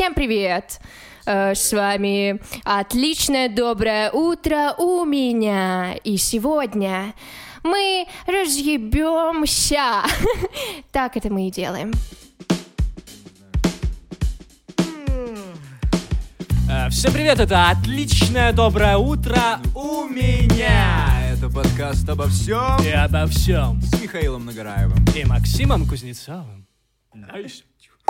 Всем привет! С вами отличное доброе утро у меня. И сегодня мы разъебемся. Так это мы и делаем. Всем привет, это отличное доброе утро у меня. Это подкаст обо всем И обо всем. с Михаилом Нагараевым. И Максимом Кузнецовым. Найс.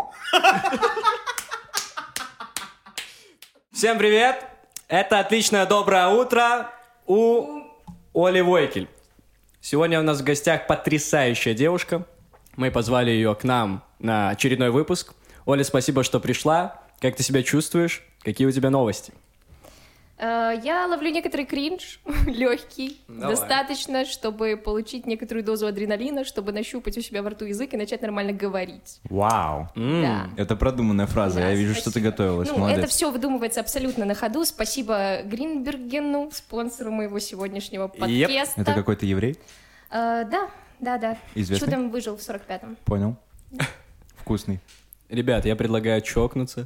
Всем привет! Это отличное доброе утро у Оли Войкель. Сегодня у нас в гостях потрясающая девушка. Мы позвали ее к нам на очередной выпуск. Оля, спасибо, что пришла. Как ты себя чувствуешь? Какие у тебя новости? Я ловлю некоторый кринж, легкий, Давай. достаточно, чтобы получить некоторую дозу адреналина, чтобы нащупать у себя во рту язык и начать нормально говорить. Вау. Да. Это продуманная фраза. Да, Я вижу, что ты спасибо. готовилась. Ну, Молодец. это все выдумывается абсолютно на ходу. Спасибо Гринбергену, спонсору моего сегодняшнего подкаста. Это какой-то еврей? Да. Известный? Чудом выжил в 45-м. Понял. Вкусный. Ребят, я предлагаю чокнуться.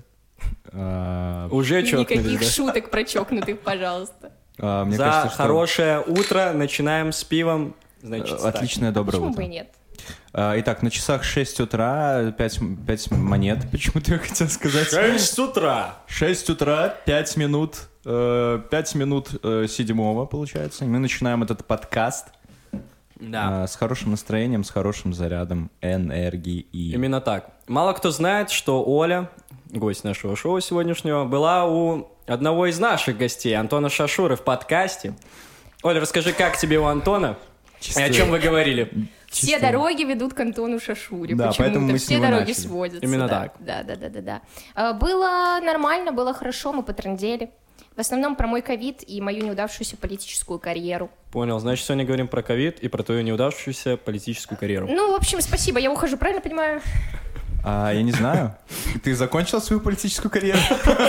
Уже чокнулись, Никаких да? шуток про чокнутых, пожалуйста. Мне За кажется, что хорошее утро начинаем с пивом. Значит, так. отличное доброе Почему утро. бы и нет? Итак, на часах 6 утра, 5 монет, почему-то я хотел сказать. 6 утра. 6 утра, 5 минут, 5 минут 7 получается. И мы начинаем этот подкаст Да. с хорошим настроением, с хорошим зарядом энергии. Именно так. Мало кто знает, что Оля, гость нашего шоу сегодняшнего, была у одного из наших гостей, Антона Шашуры, в подкасте. Оля, расскажи, как тебе у Антона? И о чем вы говорили? Все дороги ведут к Антону Шашуре. Да, поэтому Почему-то мы с все него дороги начали. сводятся. Именно да. так. Да. Было нормально, было хорошо, мы потрындели. В основном про мой ковид и мою неудавшуюся политическую карьеру. Понял. Значит, сегодня говорим про ковид и про твою неудавшуюся политическую карьеру. Ну, в общем, спасибо, я ухожу, правильно понимаю? Я не знаю. Ты закончил свою политическую карьеру?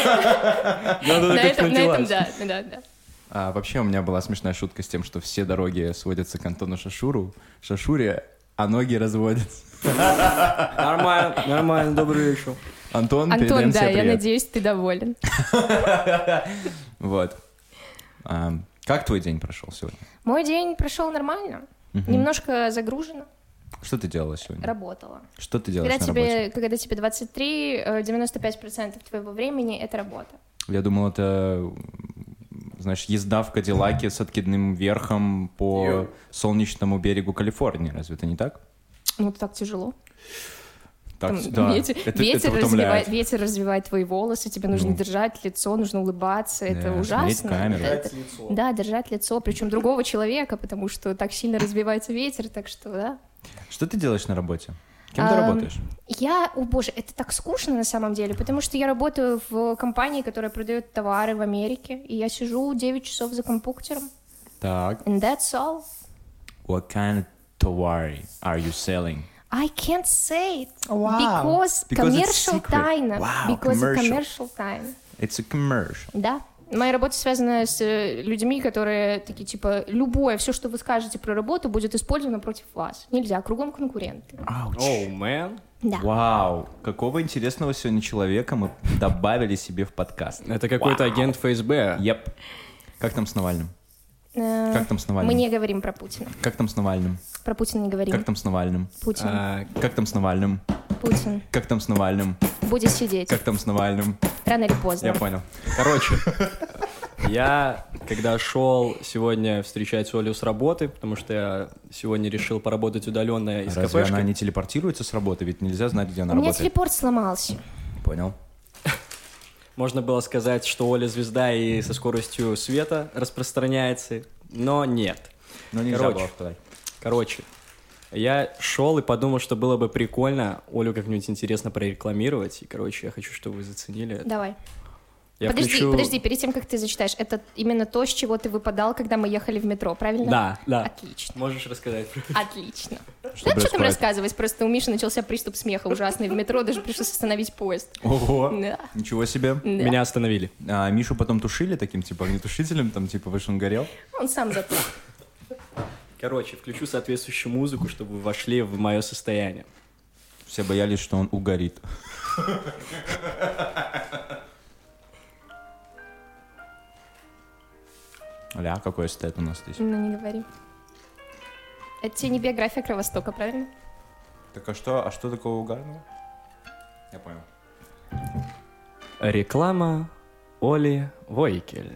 Надо На как этом, началась. да. Вообще у меня была смешная шутка с тем, что все дороги сводятся к Антону Шашуре, а ноги разводятся. Нормально, добрый вечер. Антон, Антон, передаем да, тебе я привет. надеюсь, ты доволен. Вот. Как твой день прошел сегодня? Мой день прошел нормально, немножко загружено, Что ты делала сегодня? работала. Что ты делаешь на работе? Когда тебе 23, 95% твоего времени — это работа. Я думал, это, знаешь, езда в Кадиллаке с откидным верхом по солнечному берегу Калифорнии. Разве это не так? Ну, это так тяжело. Так, Там да. ветер развивает твои волосы, тебе нужно держать лицо, нужно улыбаться, это Да, ужасно. смотреть в камеру. Да, держать лицо, причем другого человека, потому что так сильно развивается ветер, так что, да. Что ты делаешь на работе? Кем ты работаешь? О боже, это так скучно на самом деле, потому что я работаю в компании, которая продает товары в Америке, и я сижу 9 часов за компьютером, Так. and that's all. What kind of towari are you selling? I can't say it, Wow. because Because it's commercial secret. тайна, Wow, because commercial. commercial тайна. It's a commercial. Да. Моя работа связана с людьми, которые такие, типа, любое, все, что вы скажете про работу, будет использовано против вас. Нельзя, кругом конкуренты. Ауч. Оу, мэн. Да. Вау, какого интересного сегодня человека мы добавили себе в подкаст. Это какой-то агент ФСБ. Еп. Как там с Навальным? Э, Как там с Навальным? Мы не говорим про Путина. Как там с Навальным? Про Путина не говорим. Как там с Навальным? Путин. Как там с Навальным? Путин. Как там с Навальным? Будет сидеть. Как там с Навальным? Рано или поздно. Я понял. Короче, я, когда шел сегодня встречать Олю с работы, потому что я сегодня решил поработать удаленно из Разве кафешки. она не телепортируется с работы? Ведь нельзя знать, где она У меня работает. телепорт сломался. Понял. Можно было сказать, что Оля звезда и со скоростью света распространяется, но нет. Но нельзя Короче. было сказать. Короче, я шел и подумал, что было бы прикольно Олю как-нибудь интересно прорекламировать. И, короче, я хочу, чтобы вы заценили это. Давай. Я Подожди, включу- перед тем, как ты зачитаешь, это именно то, с чего ты выпадал, когда мы ехали в метро, правильно? Да. Отлично. Можешь рассказать? Отлично. Чтобы Да, что там раскрывать. рассказывать? Просто у Миши начался приступ смеха ужасный в метро, даже пришлось остановить поезд. Ого, Да. ничего себе. Да. Меня остановили. А Мишу потом тушили таким, типа, огнетушителем, там, типа, выше он горел. Он сам затух. Короче, включу соответствующую музыку, чтобы вы вошли в мое состояние. Все боялись, что он угорит. Оля, а какой эстет у нас здесь? Ну, не говори. Это тебе не биография Кровостока, правильно? Так а что такого угарного? Я понял. Реклама Оли Войкель.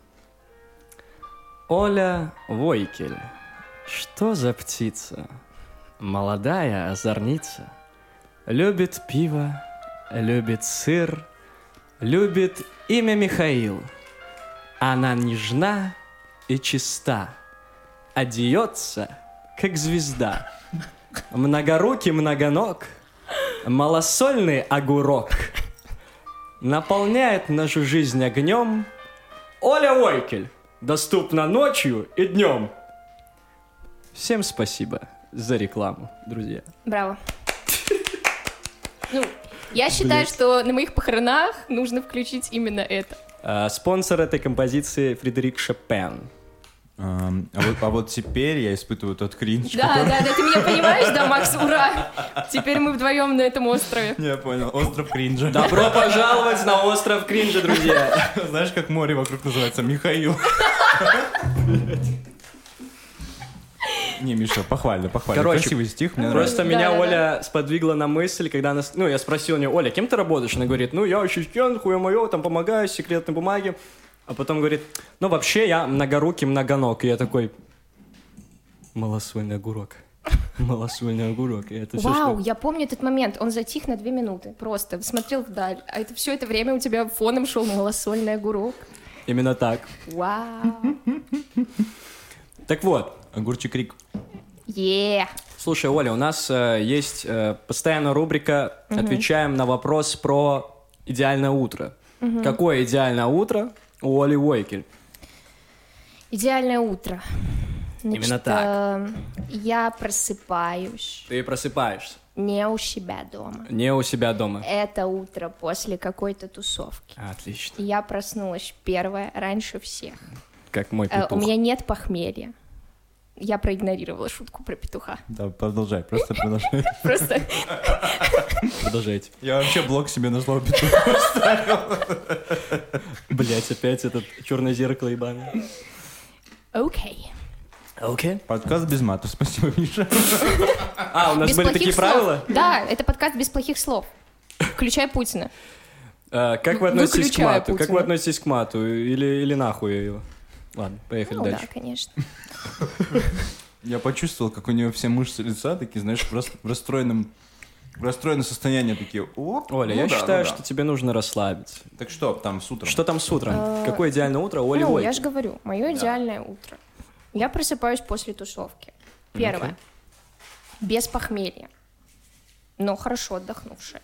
Оля Войкель. Что за птица? Молодая озорница. Любит пиво, любит сыр, любит имя Михаил. Она нежна и чиста, одеется, как звезда. Многорукий многоног, малосольный огурок. Наполняет нашу жизнь огнем. Оля Войкель. Доступна ночью и днем. Всем спасибо за рекламу, друзья. Браво. Ну, я считаю, что на моих похоронах нужно включить именно это. Спонсор этой композиции Фредерик Шопен. А вот теперь я испытываю тот кринж, Да, ты меня понимаешь, да, Макс, ура! Теперь мы вдвоем на этом острове. Я понял, остров кринжа. Добро пожаловать на остров кринжа, друзья. Знаешь, как море вокруг называется? Михаил. Не, Миша, похвально. Короче, Красивый стих, мне Просто нравится. меня Да. Оля сподвигла на мысль, когда она... Ну, я спросил у нее: Оля, кем ты работаешь? Она говорит: ну, я ассистент, хуя моё, там помогаю, секретной бумаги. А потом говорит: ну, вообще, я многорукий многоног. И я такой: малосольный огурок. Малосольный огурок. И это всё, Вау, что- я помню этот момент. Он затих на 2 минуты. Просто смотрел вдаль. А это все это время у тебя фоном шел малосольный огурок. Именно так. Вау. Так вот, Огурчик Рик. слушай, Оля, у нас есть постоянная рубрика «Отвечаем на вопрос про идеальное утро». Какое идеальное утро у Оли Войкель? Идеальное утро. Именно так. Я просыпаюсь Ты просыпаешься не у себя дома. не у себя дома. Это утро после какой-то тусовки. Отлично. Я проснулась первая, раньше всех. Как мой У петух. меня нет похмелья. Я проигнорировала шутку про петуха. Да, продолжай, просто продолжай. Просто Продолжайте. Я вообще блок себе на слово петух. Блять, опять этот черное зеркало ебаное. окей. Окей. Подкаст без матов, спасибо, Миша. А, у нас Без были плохих такие слов. правила? Да, это подкаст без плохих слов. Включая Путина. Как вы относитесь к Выключая мату? Как Путина. вы относитесь к мату? Или нахуй его? Ладно, поехали Ну да, дальше. конечно. Я почувствовал, как у нее все мышцы лица такие, знаешь, в расстроенном состоянии такие. Оп, Оля, ну я да, считаю, ну да. что тебе нужно расслабиться. Так что там с утром? Что там с утром? Какое идеальное утро у Оли Ну, Войкель? я же говорю, мое идеальное утро. Я просыпаюсь после тусовки. Первое. Без похмелья. Но хорошо отдохнувшая.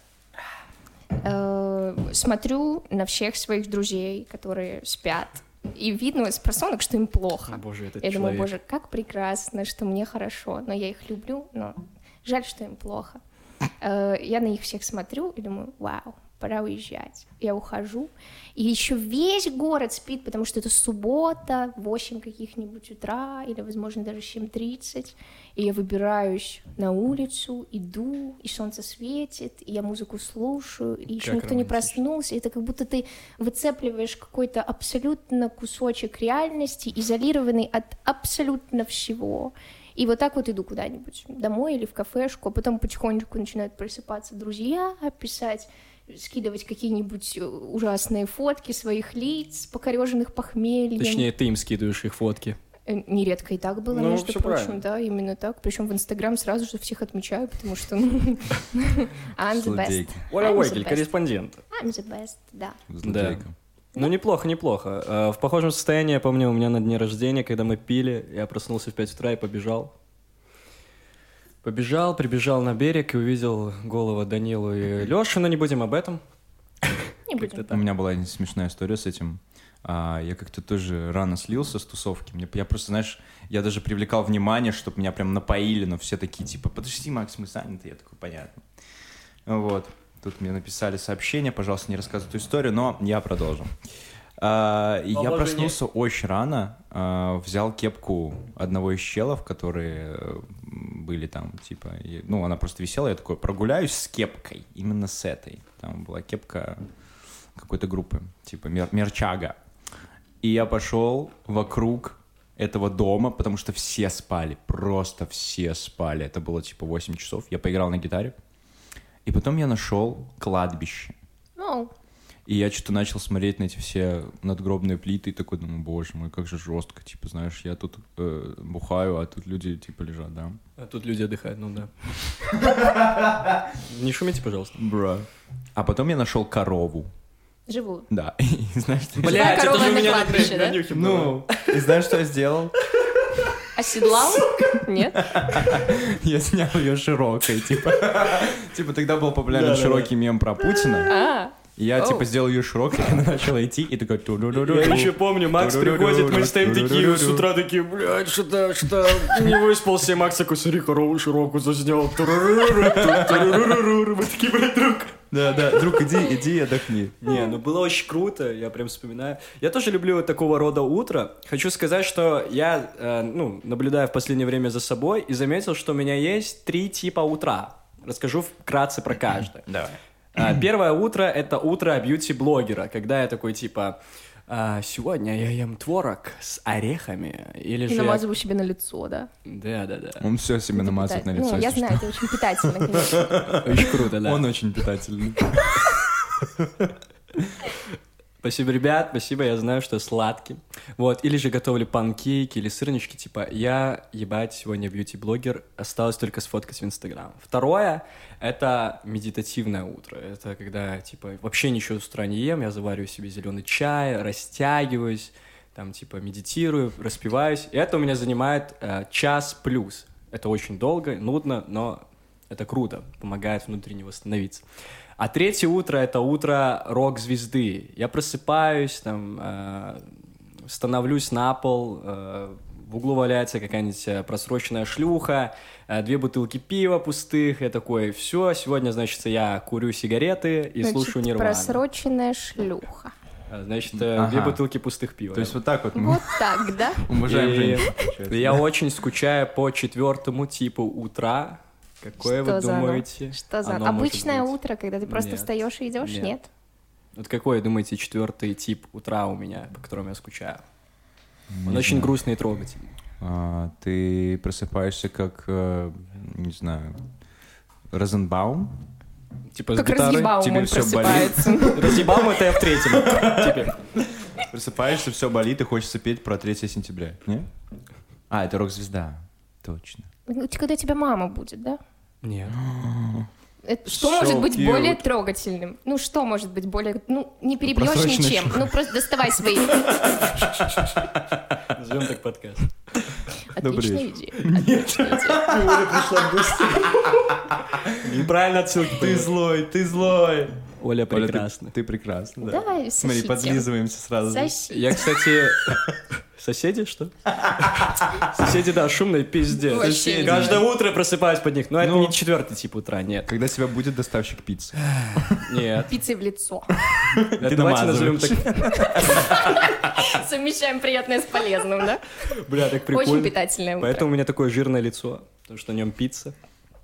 Смотрю на всех своих друзей, которые спят. И видно с просонок, что им плохо. О, боже, этот Я думаю, человек. боже, как прекрасно, что мне хорошо. Но я их люблю, но жаль, что им плохо. Я на них всех смотрю и думаю: вау, пора уезжать. Я ухожу, и еще весь город спит, потому что это суббота, 8 каких-нибудь утра, или, возможно, даже 7:30, и я выбираюсь на улицу, иду, и солнце светит, и я музыку слушаю, и еще Как никто не романтично. проснулся, и это как будто ты выцепливаешь какой-то абсолютно кусочек реальности, изолированный от абсолютно всего. И вот так вот иду куда-нибудь, домой или в кафешку, а потом потихонечку начинают просыпаться друзья, писать, скидывать какие-нибудь ужасные фотки своих лиц, покореженных похмельем. Точнее, ты им скидываешь их фотки. Нередко и так было, Ну, между всё прочим, правильно. да, именно так. Причем в Инстаграм сразу же всех отмечаю, потому что I'm the best. Злодейка. Оля I'm the Войкель, best. корреспондент. I'm the best, да. Злодейка. Ну, неплохо, неплохо. В похожем состоянии, я помню, у меня на дне рождения, когда мы пили, я проснулся в 5 утра и побежал. Прибежал на берег и увидел голову Данилу и Лёши, но не будем об этом. Не Как-то будем. У так. меня была смешная история с этим. Я как-то тоже рано слился с тусовки. Я просто, знаешь, я даже привлекал внимание, чтобы меня прям напоили, но все такие, типа: подожди, Макс, мы заняты. Я такой: понятно. Вот. Тут мне написали сообщение: пожалуйста, не рассказывай эту историю, но я продолжу. И я Положение. проснулся очень рано, взял кепку одного из челов, которые были там, типа, ну, она просто висела, я такой: прогуляюсь с кепкой, именно с этой. Там была кепка какой-то группы, типа Мерчага. И я пошел вокруг этого дома, потому что все спали, просто все спали. Это было типа 8 часов. Я поиграл на гитаре. И потом я нашел кладбище. И я что-то начал смотреть на эти все надгробные плиты и такой думаю, боже мой, как же жестко. Типа, знаешь, я тут бухаю, а тут люди типа лежат, да? А тут люди отдыхают, ну да. Не шумите, пожалуйста. Бра. А потом я нашел корову. Живую. Да. И знаешь, что Живая корова на кладбище, да? ну, и знаешь, что я сделал? Оседлал? Нет? Я снял ее широкой, типа. Типа тогда был популярен широкий мем про Путина. И я, типа, сделал ее широкой, и она начала идти, и такой... Я еще помню, Макс приходит, мы стоим такие, с утра такие, блядь, что не выспался, Макс такой, смотри, корову широкую заснял. Мы такие, блядь, друг. Да, друг, иди отдохни. Не, ну было очень круто, я прям вспоминаю. Я тоже люблю вот такого рода утро. Хочу сказать, что я, наблюдаю в последнее время за собой и заметил, что у меня есть 3 типа утра. Расскажу вкратце про каждое. Давай. Первое утро — это утро бьюти-блогера, когда я такой, типа, сегодня я ем творог с орехами, или же... И намазываю себе на лицо, да? Да. Он все себе намазывает на лицо. Ну, я знаю, это очень питательно, конечно. Очень круто, да. Он очень питательный. Спасибо, ребят, спасибо, я знаю, что сладкий. Вот, или же готовлю панкейки или сырнички, типа, я, ебать, сегодня бьюти-блогер, осталось только сфоткать в Инстаграм. Второе — это медитативное утро. Это когда, типа, вообще ничего с утра не ем, я завариваю себе зеленый чай, растягиваюсь, там, типа, медитирую, распеваюсь. И это у меня занимает час плюс. Это очень долго, нудно, но это круто, помогает внутренне восстановиться. А третье утро — это утро рок-звезды. Я просыпаюсь, там, становлюсь на пол, в углу валяется какая-нибудь просроченная шлюха, 2 бутылки пива пустых. Я такой, все, сегодня, значит, я курю сигареты и слушаю Нирвану. Просроченная шлюха. Значит, 2 бутылки пустых пива. То есть вот так вот мы Вот так, да? уважаем И женщин. я очень скучаю по 4-му типу утра. Какое вы думаете? Что за оно может обычное быть? утро, когда ты просто Нет. встаешь и идешь? Нет. Нет. Вот какой, думаете, 4-й тип утра у меня, по которому я скучаю? Он очень грустный и трогательный. Ты просыпаешься как, не знаю, Розенбаум? Типа Как с гитарой. разъебаум тебе он всё просыпается. Разъебаум — это я в 3-м типе. Просыпаешься, все болит, и хочется петь про 3 сентября, не? Это рок-звезда, точно. Когда тебя мама будет, да? Нет. Что So может быть cute. более трогательным? Ну, что может быть более... Ну, не перебьешь Просроченная ничем. шлюха. Ну, просто доставай свои... Назовем так подкаст. Отличная идея. Отличная идея. Неправильно отсылки. Ты злой. Оля прекрасна. Ты прекрасна, да. Давай, Смотри, сосите. подлизываемся сразу. Соси. Я, кстати... Соседи, что? Соседи, да, шумные, пиздец. Вообще. Каждое утро просыпаюсь под них. Но это Ну. не 4-й тип утра, нет. Когда тебя будет доставщик пиццы. Нет. Пиццей в лицо. Давайте назовем так. Совмещаем приятное с полезным, да? Бля, так Очень прикольно. питательное утро. Поэтому у меня такое жирное лицо, потому что на нем пицца.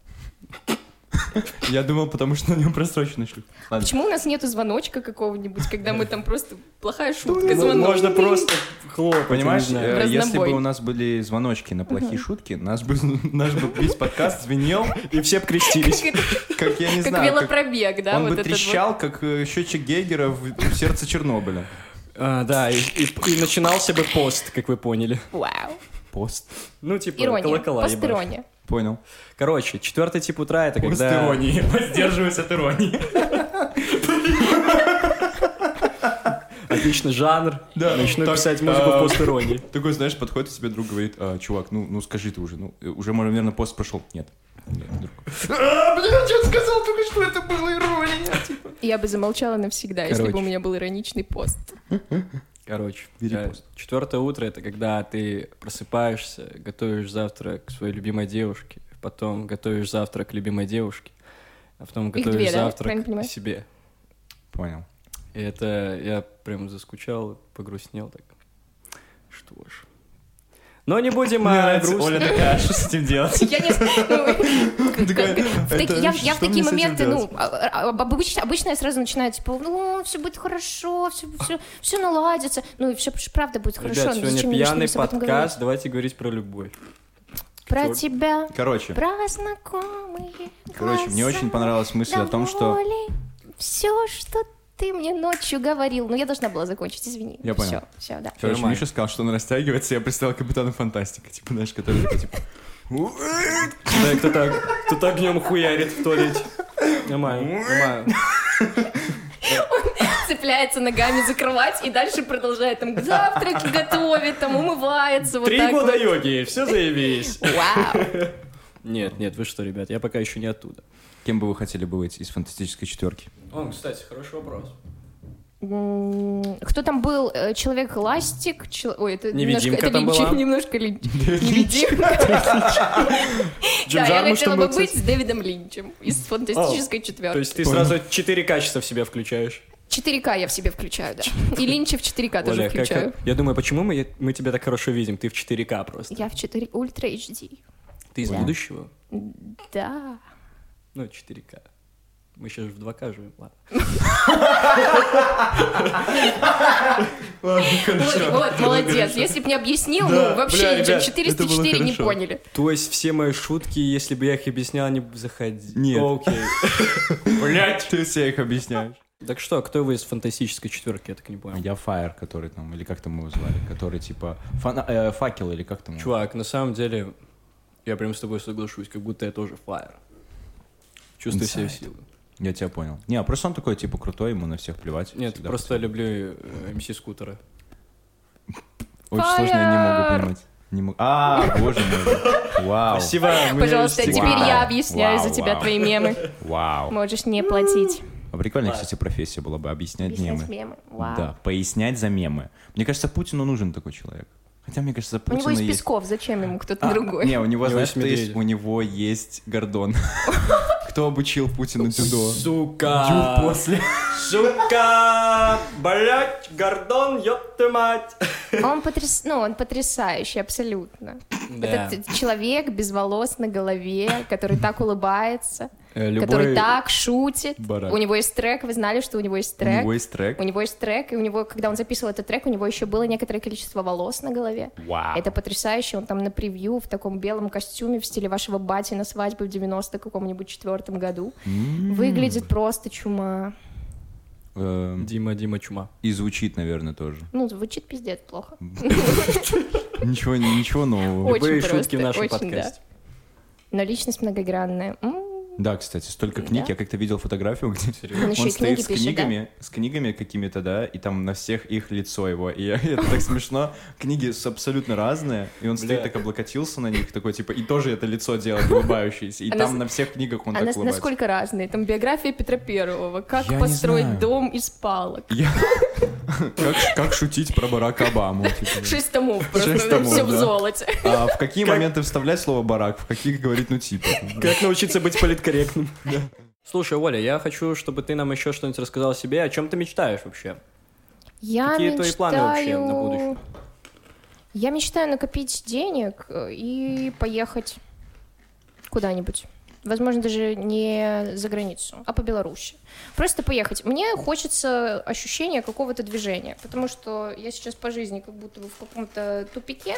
Я думал, потому что на нем просроченный шлюх. Ладно. Почему у нас нету звоночка какого-нибудь, когда мы там просто... Плохая шутка, Ну, звонок. можно просто хлопать, Понимаешь, я не знаю. если Разнобой. бы у нас были звоночки на плохие шутки, наш бы весь подкаст звенел, И все бы крестились. как я не Как знаю, как велопробег, да? он вот бы этот вот. трещал, как счетчик Гейгера в сердце Чернобыля. Да, и начинался бы пост, как вы поняли. Вау. Пост. Ну, типа, Ирония. колокола ебашь. Посторонняя. Понял. Короче, 4-й тип утра — это когда... Воздерживаюсь от иронии. Отличный жанр. Да, Начну так, писать музыку в пост-иронии. Такой, знаешь, подходит и тебе друг говорит, чувак, ну скажи ты уже, уже, наверное, пост прошел. Нет. Друг. Блин, что сказал только что, это была ирония. Я бы замолчала навсегда, если бы Короче. у меня был ироничный пост. Короче, Бери пост. 4-е утро — это когда ты просыпаешься, готовишь завтрак к своей любимой девушке, потом готовишь завтрак любимой девушке, а потом готовишь 2, да? завтрак Правильно понимаю? себе. Понял. И это я прям заскучал, погрустнел так. Что ж. Но не будем грустно. Оля такая, что с этим делать? Я не знаю, я в что такие мне с этим моменты, делать? обычно я сразу начинаю, типа, все будет хорошо, все наладится, и все правда будет хорошо. Ребят, но сегодня зачем мне пьяный лишний раз об этом подкаст, давайте говорить про любовь. говорить? Про тебя, Короче, про знакомые мне очень понравилась мысль о том, что... Все, что ты мне ночью говорил. Я должна была закончить, извини. Я понял. Все, да. Короче, Нормально. Миша сказал, что он растягивается, я представил Капитана Фантастика, типа, знаешь, который такой, типа... Да, кто-то огнем хуярит в туалете. Нормально. Цепляется ногами за кровать и дальше продолжает там завтраки готовить, там умывается. 3 года йоги, все заебись. Вау. Нет, вы что, ребят, я пока еще не оттуда. Кем бы вы хотели быть из фантастической четверки? Кстати, хороший вопрос. Кто там был? Человек-ластик? Ой, это Невидимка там Линч. была. Немножко Линч. Невидимка. Джим Да, я Джармуш хотела там бы был, быть кстати. с Дэвидом Линчем из фантастической То четверки. есть ты сразу 4 качества в себя включаешь. 4К я в себе включаю, да. И Линча в 4К тоже Оля, включаю. я думаю, почему мы тебя так хорошо видим? Ты в 4К просто. Я в 4 Ультра HD. Ты из Да. будущего? Да. 4К. Мы сейчас в 2К живем, ладно. Вот, молодец. Если бы не объяснил, вообще бля, ничего. ребят, 404 это было не хорошо. поняли. То есть все мои шутки, если бы я их объяснял, они бы заходили? Нет. Окей. Блять. Ты все их объясняешь. Так что, кто вы из фантастической четверки, я так не понял. Я Фаер, который там, или как там его звали, который типа факел, или как там его? Чувак, на самом деле, я прям с тобой соглашусь, как будто я тоже фаер. Чувствую себе Inside. силы. Я тебя понял. Не, просто он такой, типа, крутой, ему на всех плевать. Нет, Всегда просто люблю МС-скутера. Очень сложно, я не могу понимать. Не могу. Боже мой. Вау. Спасибо. мы Пожалуйста, стигли. теперь я Вау. объясняю за тебя Вау. твои мемы. Вау. Можешь не платить. А прикольная, кстати, профессия была бы объяснять мемы. Объяснять мемы. Вау. Да, пояснять за мемы. Мне кажется, Путину нужен такой человек. Хотя, мне кажется, У него Путину есть Песков, зачем ему кто-то другой? Не, у него, знаешь, есть что есть? медведи. У него есть Гордон. Кто обучил Путину дзюдо? Сука. Дюб после. Сука. Блять, Гордон, ёб ты мать. Он потрясающий, абсолютно. Да. Это человек без волос на голове, который так улыбается, Любой- который так шутит. Барак. У него есть трек, вы знали, что у него есть У трек? него есть трек. У него есть трек, и у него, когда он записывал этот трек, у него еще было некоторое количество волос на голове. Вау. Это потрясающе, он там на превью в таком белом костюме в стиле вашего бати на свадьбе в 94 году. Выглядит просто чума. Дима Чума. И звучит, наверное, тоже. Звучит пиздец плохо. Ничего нового. Очень Любые просто, шутки в нашем очень, подкасте. Но личность многогранная. Да, кстати, столько книг. Да. Я как-то видел фотографию, где Он еще он и стоит книги с пишет, книгами, с книгами какими-то, да, и там на всех их лицо его. И это так смешно. Книги абсолютно разные, и он стоит так облокотился на них, такой, типа, и тоже это лицо делает улыбающееся. И там на всех книгах он так улыбается. Насколько разные? Там биография Петра Первого. Как Я не построить знаю. дом из палок. Как шутить про Барака Обаму. типа. 6 томов просто, 6 томов, все в да. золоте. А в какие моменты вставлять слово «барак», в каких говорить «ну типа». Как научиться быть политкорректным. Слушай, Оля, я хочу, чтобы ты нам еще что-нибудь рассказала о себе. О чем ты мечтаешь вообще? Я Какие твои планы вообще на будущее? Я мечтаю накопить денег и поехать куда-нибудь. Возможно, даже не за границу, а по Беларуси. Просто поехать. Мне хочется ощущения какого-то движения, потому что я сейчас по жизни как будто бы в каком-то тупике,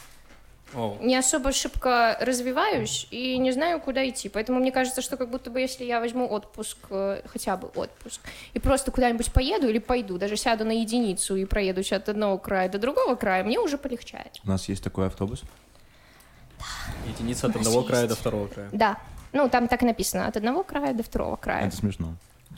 не особо шибко развиваюсь и не знаю, куда идти. Поэтому мне кажется, что как будто бы если я возьму отпуск, хотя бы отпуск, и просто куда-нибудь поеду или пойду, даже сяду на единицу и проедусь от одного края до другого края, мне уже полегчает. У нас есть такой автобус. Единица от У нас одного края есть. до второго края. Да. Там так и написано, от одного края до второго края. Это смешно.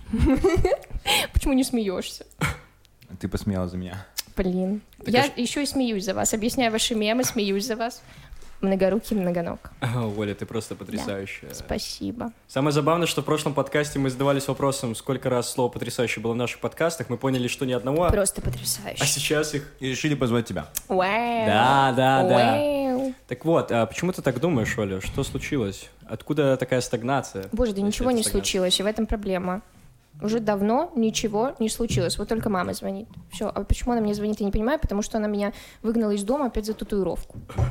Почему не смеешься? Ты посмеялась за меня. Блин. Так Я а ш- еще и смеюсь за вас. Объясняю ваши мемы, смеюсь за вас. Многорукий, многоног. Оля, ты просто потрясающая. Спасибо. Самое забавное, что в прошлом подкасте мы задавались вопросом, сколько раз слово «потрясающе» было в наших подкастах. Мы поняли, что ни одного, Просто а потрясающе. сейчас их... И решили позвать тебя. Вау. Да. Вау. Так вот, а почему ты так думаешь, Оля? Что случилось? Откуда такая стагнация? Боже, да Если ничего это не стагнация. случилось, и в этом проблема. Уже давно ничего не случилось. Вот только мама звонит. Все. А почему она мне звонит, я не понимаю, потому что она меня выгнала из дома опять за татуировку.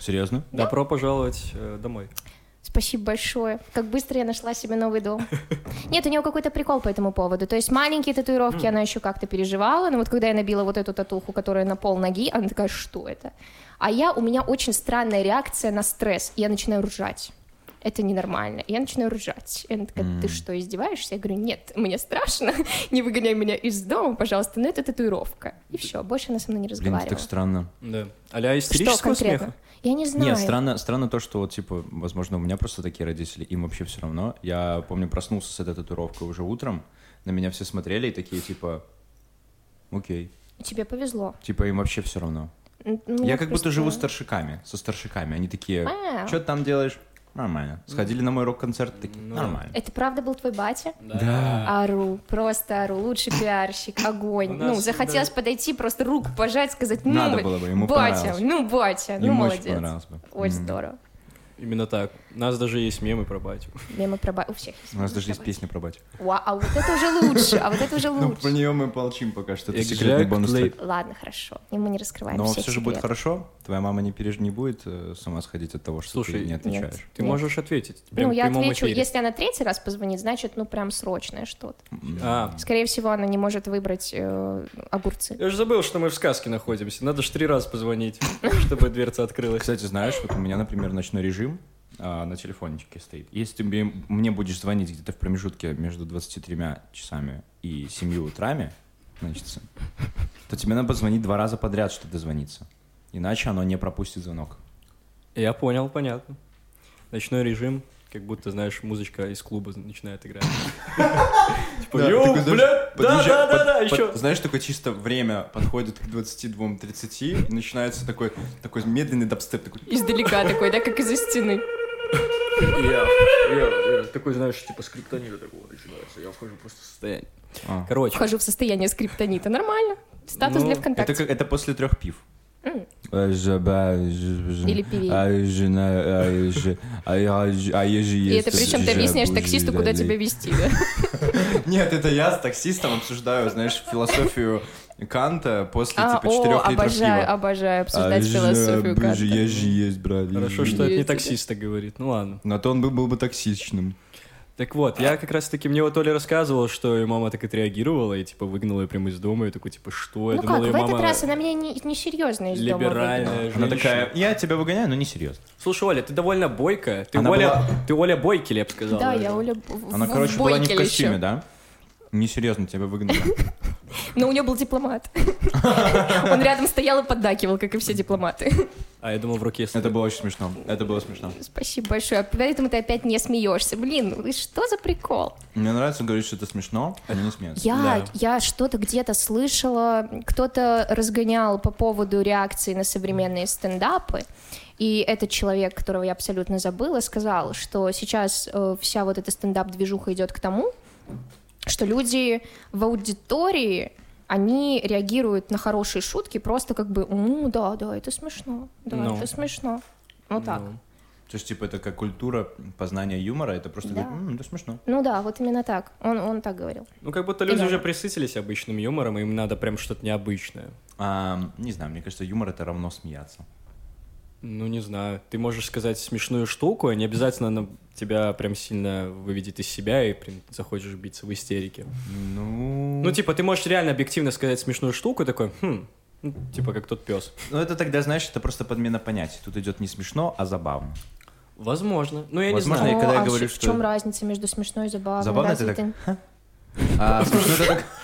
Серьезно? Добро пожаловать домой. Спасибо большое. Как быстро я нашла себе новый дом. Нет, у нее какой-то прикол по этому поводу. То есть маленькие татуировки она еще как-то переживала, но вот когда я набила вот эту татуху, которая на пол ноги, она такая, что это? У меня очень странная реакция на стресс, и я начинаю ржать. Это ненормально. И я начинаю ржать. И она такая, ты что, издеваешься? Я говорю, нет, мне страшно, не выгоняй меня из дома, пожалуйста, но это татуировка. И все, больше она со мной не Блин, разговаривала. это так странно. Да. А-ля Что истерического конкретно? смеха? Я не знаю. Нет, странно то, что вот, типа, возможно, у меня просто такие родители, им вообще все равно. Я помню, проснулся с этой татуировкой уже утром, на меня все смотрели и такие, типа, окей. Тебе повезло. Типа, им вообще все равно. Ну, Я как просто- будто живу со старшиками. Они такие, Вау. что ты там делаешь? Нормально. Сходили на мой рок-концерт, такие, нормально. Это правда был твой батя? Да. Ору, просто ору, лучший пиарщик, огонь. У нас, Захотелось подойти, просто руку пожать, сказать, Надо было бы, ему батя, понравилось. батя, Ему очень молодец. понравилось бы. Очень здорово. Именно так. У нас даже есть мемы про батю. Мемы про батю, у всех есть. У нас мемы даже про есть батю. песня про батю. А вот это уже лучше, Ну, про нее мы молчим пока что. Это Exactly. секретный бонус трек. Ладно, хорошо, и мы не раскрываем Но всех все же будет секретов. хорошо. Твоя мама не будет с ума сходить от того, что Слушай, ты не отвечаешь. Ты Нет. можешь ответить. Прям Ну, в я прямом отвечу, эфире. если она третий раз позвонит, значит, прям срочное что-то. А, Скорее всего, она не может выбрать огурцы. я же забыл, что мы в сказке находимся. Надо же 3 раза позвонить, чтобы дверца открылась. Кстати, знаешь, вот у меня, например, ночной режим на телефончике стоит. Если ты мне будешь звонить где-то в промежутке между 23 часами и 7 утрами, значит, то тебе надо позвонить 2 раза подряд, чтобы дозвониться. Иначе оно не пропустит звонок. Я понял, понятно. Ночной режим, как будто, знаешь, музычка из клуба начинает играть. Типа, Да, йоу, такой, знаешь, блядь, да, еще. Знаешь, такое чисто время подходит к 22:30, и начинается такой медленный дабстеп. Такой... Издалека такой, да, как из-за стены. Я такой, знаешь, типа скриптонита такого начинается. Я вхожу просто в состояние. А. Короче, Вхожу в состояние скриптонита. Нормально. Статус Ну, для ВКонтакте. Это после 3 пив. Или Или пивей. И И это причем ты объясняешь таксисту, куда тебя везти, да? Нет, это я с таксистом обсуждаю, знаешь, философию Канта после типа 4 литров пива. обожаю обсуждать философию Канта. Я же есть, брат. хорошо, что это не Есть. таксист так говорит. Ну ладно. Но то он был бы токсичным. Так вот, я как раз-таки, мне вот Оля рассказывал, что ее мама так отреагировала и, типа, выгнала ее прямо из дома, и такой, типа, что? Я Ну думал, как, ее в этот мама раз она меня несерьезно из дома выгнала. либеральная Она женщина. такая, я тебя выгоняю, но не серьезно. Слушай, Оля, ты довольно бойкая. Ты Она Оля Бойкель, я бы сказал. Да, даже. я Оля Она, короче, была не в Бойкеле костюме, еще. да? Несерьезно тебя выгнали. Но у нее был дипломат. Он рядом стоял и поддакивал, как и все дипломаты. А я думал, в руке Это было очень смешно. Это было смешно. Спасибо большое. Поэтому ты опять не смеешься. Блин, что за прикол? Мне нравится говорить, что это смешно, а не смеяться. Я что-то где-то слышала, кто-то разгонял по поводу реакции на современные стендапы, и этот человек, которого я абсолютно забыла, сказал, что сейчас вся вот эта стендап-движуха идет к тому, что люди в аудитории, они реагируют на хорошие шутки просто как бы, да, это смешно, да, Ну. это смешно. Вот так. Ну. То есть, типа, это как культура познания юмора, это просто Да. говорит, это смешно. Ну да, вот именно так. Он так говорил. Ну, как будто люди Именно. уже присытились обычным юмором, и им надо прям что-то необычное. Не знаю, мне кажется, юмор это равно смеяться. Ну, не знаю. Ты можешь сказать смешную штуку, а не обязательно она тебя прям сильно выведет из себя и прям захочешь биться в истерике. Ну, типа, ты можешь реально объективно сказать смешную штуку, и такой, ну, типа, как тот пес. Ну, это тогда, знаешь, это просто подмена понятий. Тут идет не смешно, а забавно. Возможно. Ну, я Возможно, не и знаю. когда я а говорю, в что- чем разница между смешной и забавной? Забавно Разве это так, а смешно это так...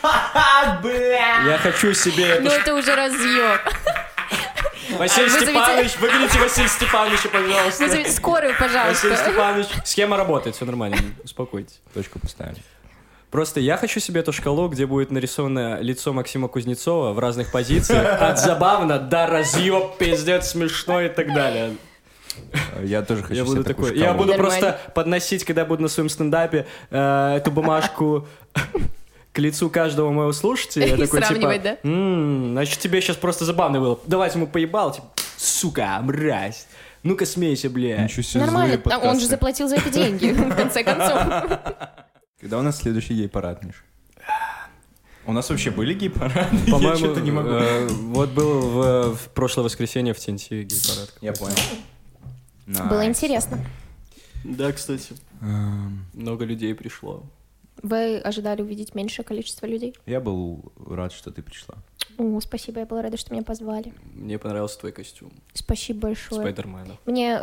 Я хочу себе Ну это... это уже разъем. Василий Вызовите- Степанович, выгоните Василия Степановича, пожалуйста. Вызовите скорую, Василий пожалуйста. Степанович. Схема работает, все нормально, успокойтесь. Точку поставили. Просто я хочу себе эту шкалу, где будет нарисовано лицо Максима Кузнецова в разных позициях. От забавно до разъеб, пиздец, смешно и так далее. Я тоже хочу Я себе буду такую такой. Я шкалу. буду Нормально. просто подносить, когда буду на своем стендапе, эту бумажку к лицу каждого моего слушателя. Я И такой, сравнивать, типа, да? значит, тебе сейчас просто забавно было. Давайте ему поебал, типа, сука, мразь. Ну-ка смейся, бля. Ничего себе, Нормально, злые а он же подкасты. заплатил за это деньги, в конце концов. Когда у нас следующий гей-парад, Миш? У нас вообще были гей-парады? Я По-моему, что-то не могу. вот был в прошлое воскресенье в ТНТ гей-парад. Я понял. Было интересно. Да, кстати. Много людей пришло. Вы ожидали увидеть меньшее количество людей? Я был рад, что ты пришла. О, спасибо, я была рада, что меня позвали. Мне понравился твой костюм. Спасибо большое. Спайдермена. Мне...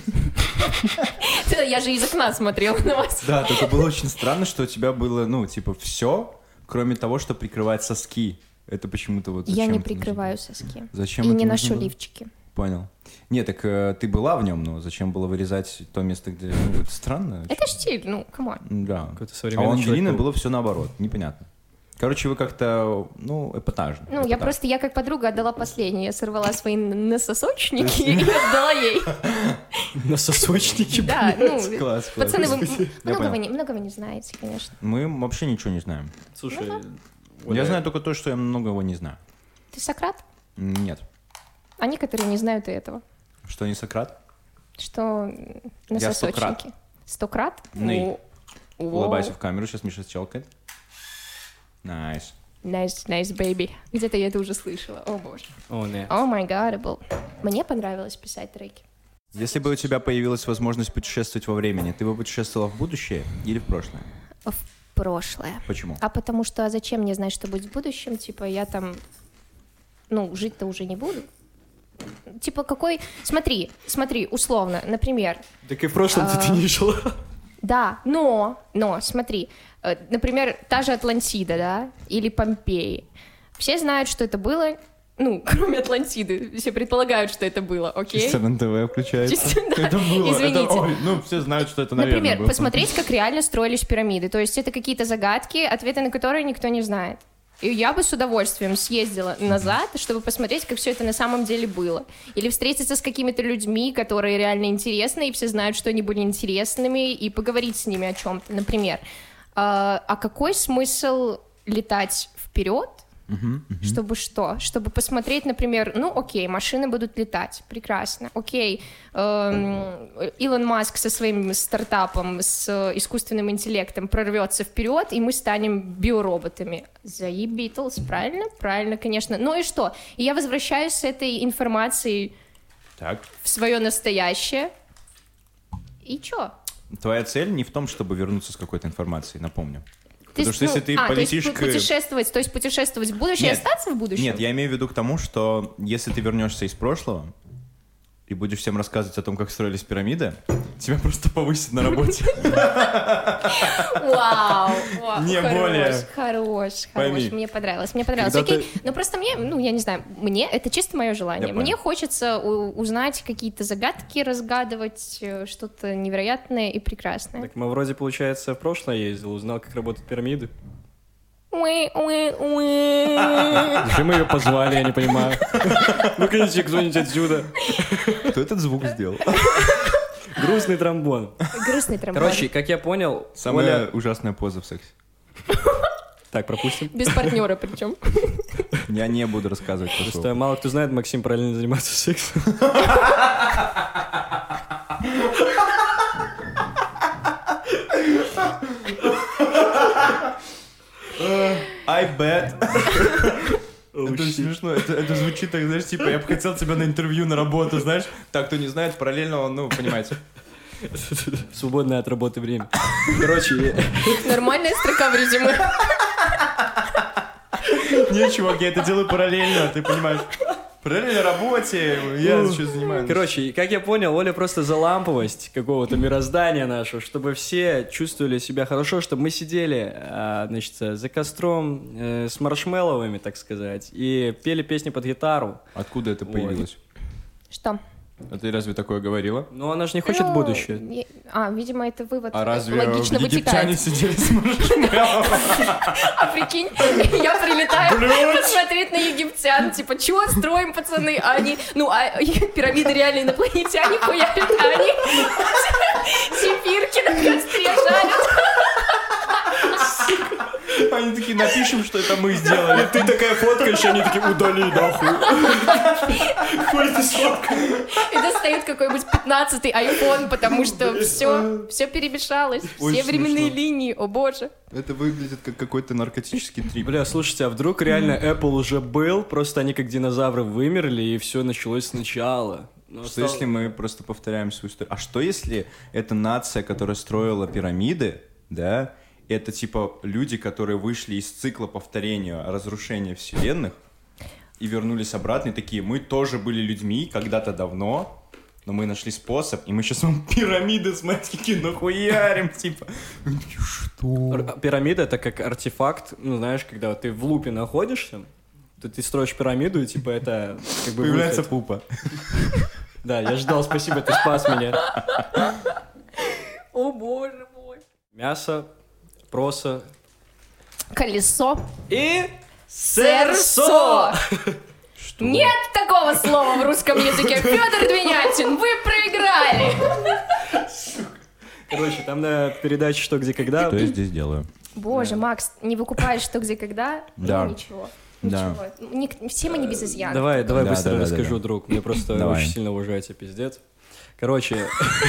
Я же из окна смотрела на вас. Да, только было очень странно, что у тебя было, ну, типа, все, кроме того, что прикрывает соски. Это почему-то вот... Я зачем не это нужно? прикрываю соски. Зачем И это не нужно ношу было? лифчики. Понял. Нет, так ты была в нем, но зачем было вырезать то место, где... Ну, это странно. Это ж стиль, ну, камон. Да. Какой-то А современный у Ангелины человек. было все наоборот, непонятно. Короче, вы как-то, ну, эпатажно. Ну, я как подруга отдала последнее. Я сорвала свои нососочники и отдала ей. На сосочнике. Да, ну, Класс, класс. пацаны, вы Я понял. много вы не знаете, конечно. Мы вообще ничего не знаем. Слушай, Я Оля, знаю только то, что я многого не знаю. Ты Сократ? Нет. А некоторые не знают и этого. Что, не Сократ? Что нососочники. Стократ? Ней. О, Улыбайся в камеру, сейчас Миша щелкает. Найс. Nice, baby. Где-то я это уже слышала. О, боже. О, нет. О, май гад. Мне понравилось писать треки. Если бы у тебя появилась возможность путешествовать во времени, ты бы путешествовала в будущее или в прошлое? В прошлое. Почему? А потому что зачем мне знать, что будет в будущем? Типа, я там, ну, жить-то уже не буду. Типа, какой... Смотри, условно, например... Так и в прошлом ты не жила. Да, но, смотри, например, та же Атлантида, да, или Помпеи. Все знают, что это было, ну, кроме Атлантиды, все предполагают, что это было, окей? Чисто на ТВ включается. Чисто, да. Это было. Извините. Это, ой, ну, все знают, что это, наверное, Например, было. посмотреть, как реально строились пирамиды. То есть это какие-то загадки, ответы на которые никто не знает. И я бы с удовольствием съездила назад, чтобы посмотреть, как все это на самом деле было. Или встретиться с какими-то людьми, которые реально интересны, и все знают, что они были интересными, и поговорить с ними о чем-то. Например, а какой смысл летать вперед? Чтобы что? Чтобы посмотреть, например, ну окей, машины будут летать, прекрасно, окей, Илон Маск со своим стартапом, с искусственным интеллектом прорвется вперед, и мы станем биороботами. The Beatles, правильно? Правильно, конечно. Ну и что? И я возвращаюсь с этой информацией Так. в свое настоящее. И чё? Твоя цель не в том, чтобы вернуться с какой-то информацией, напомню. Ты Потому что если ты полетишь то есть путешествовать в будущее, Нет. остаться в будущем? Нет, я имею в виду к тому, что если ты вернешься из прошлого и будешь всем рассказывать о том, как строились пирамиды, тебя просто повысят на работе. Вау, Не хорош, более. Хорош, Пойми. мне понравилось. Когда Окей, но просто мне, ну, я не знаю, мне, это чисто мое желание. Я понял. Мне хочется узнать какие-то загадки, разгадывать что-то невероятное и прекрасное. Так мы вроде, получается, в прошлое ездил, узнал, как работают пирамиды. Зачем мы ее позвали, я не понимаю. Выходите кто-нибудь отсюда. Кто этот звук сделал? Грустный тромбон. Грустный тромбон. Короче, как я понял, Самая Оля... ужасная поза в сексе. Так, пропустим. Без партнера причем. Я не буду рассказывать про Просто мало кто знает, Максим правильно занимается сексом. I bet. Это смешно, это звучит так, знаешь, типа, я бы хотел тебя на интервью, на работу, знаешь. Так, кто не знает, параллельно он, ну, понимаете. Свободное от работы время. Короче, Нормальная строка в резюме. Не, чувак, я это делаю параллельно, ты понимаешь. Параллельно работе, я сейчас занимаюсь. короче, как я понял, Оля просто за ламповость какого-то мироздания нашего, чтобы все чувствовали себя хорошо, чтобы мы сидели, значит, за костром с маршмелловыми, так сказать, и пели песни под гитару. Откуда это появилось? Что? А ты разве такое говорила? Но она же не хочет Ну, будущее. видимо, это вывод А разве логично египтяне вытекает. сидели с маршмеллоу? А прикинь, я прилетаю посмотреть на египтян, типа, чего строим, пацаны? А они, пирамиды реально инопланетяне хуярят, а они зефирки на костре жарят. Они они такие, напишем, что это мы сделали. Ты такая фоткаешь, они такие, удали, нахуй. Хуй ты сфоткал. И достают какой-нибудь 15-й iPhone, потому что все перемешалось, Очень все временные смешно. линии, о боже. Это выглядит как какой-то наркотический трип. Бля, слушайте, а вдруг реально Apple уже был, просто они как динозавры вымерли, и все началось сначала? Ну, Что если мы просто повторяем свою историю? А что если это нация, которая строила пирамиды, да? Это типа люди, которые вышли из цикла повторения разрушения вселенных и вернулись обратно, и такие, мы тоже были людьми когда-то давно, но мы нашли способ, и мы сейчас вам пирамиды, смотрите, какие нахуярим, типа. Что? Пирамида — это как артефакт, ну, знаешь, когда вот ты в лупе находишься, то ты строишь пирамиду, и типа это как бы Появляется выход. пупа. Да, я ждал, спасибо, ты спас меня. О боже мой. Мясо, проса Колесо. и Серсо. Нет такого слова в русском языке. Федор Двинятин, вы проиграли. Короче, там на передаче «Что, где, когда» Что я здесь делаю? Боже, Макс, не выкупаешь что, где, когда? Да. Ну, ничего. Да. Ничего. Все мы не без изъяна. Давай Да, быстро да, да, расскажу, да. друг. Мне просто Давай. очень сильно уважаю тебя, пиздец. Короче,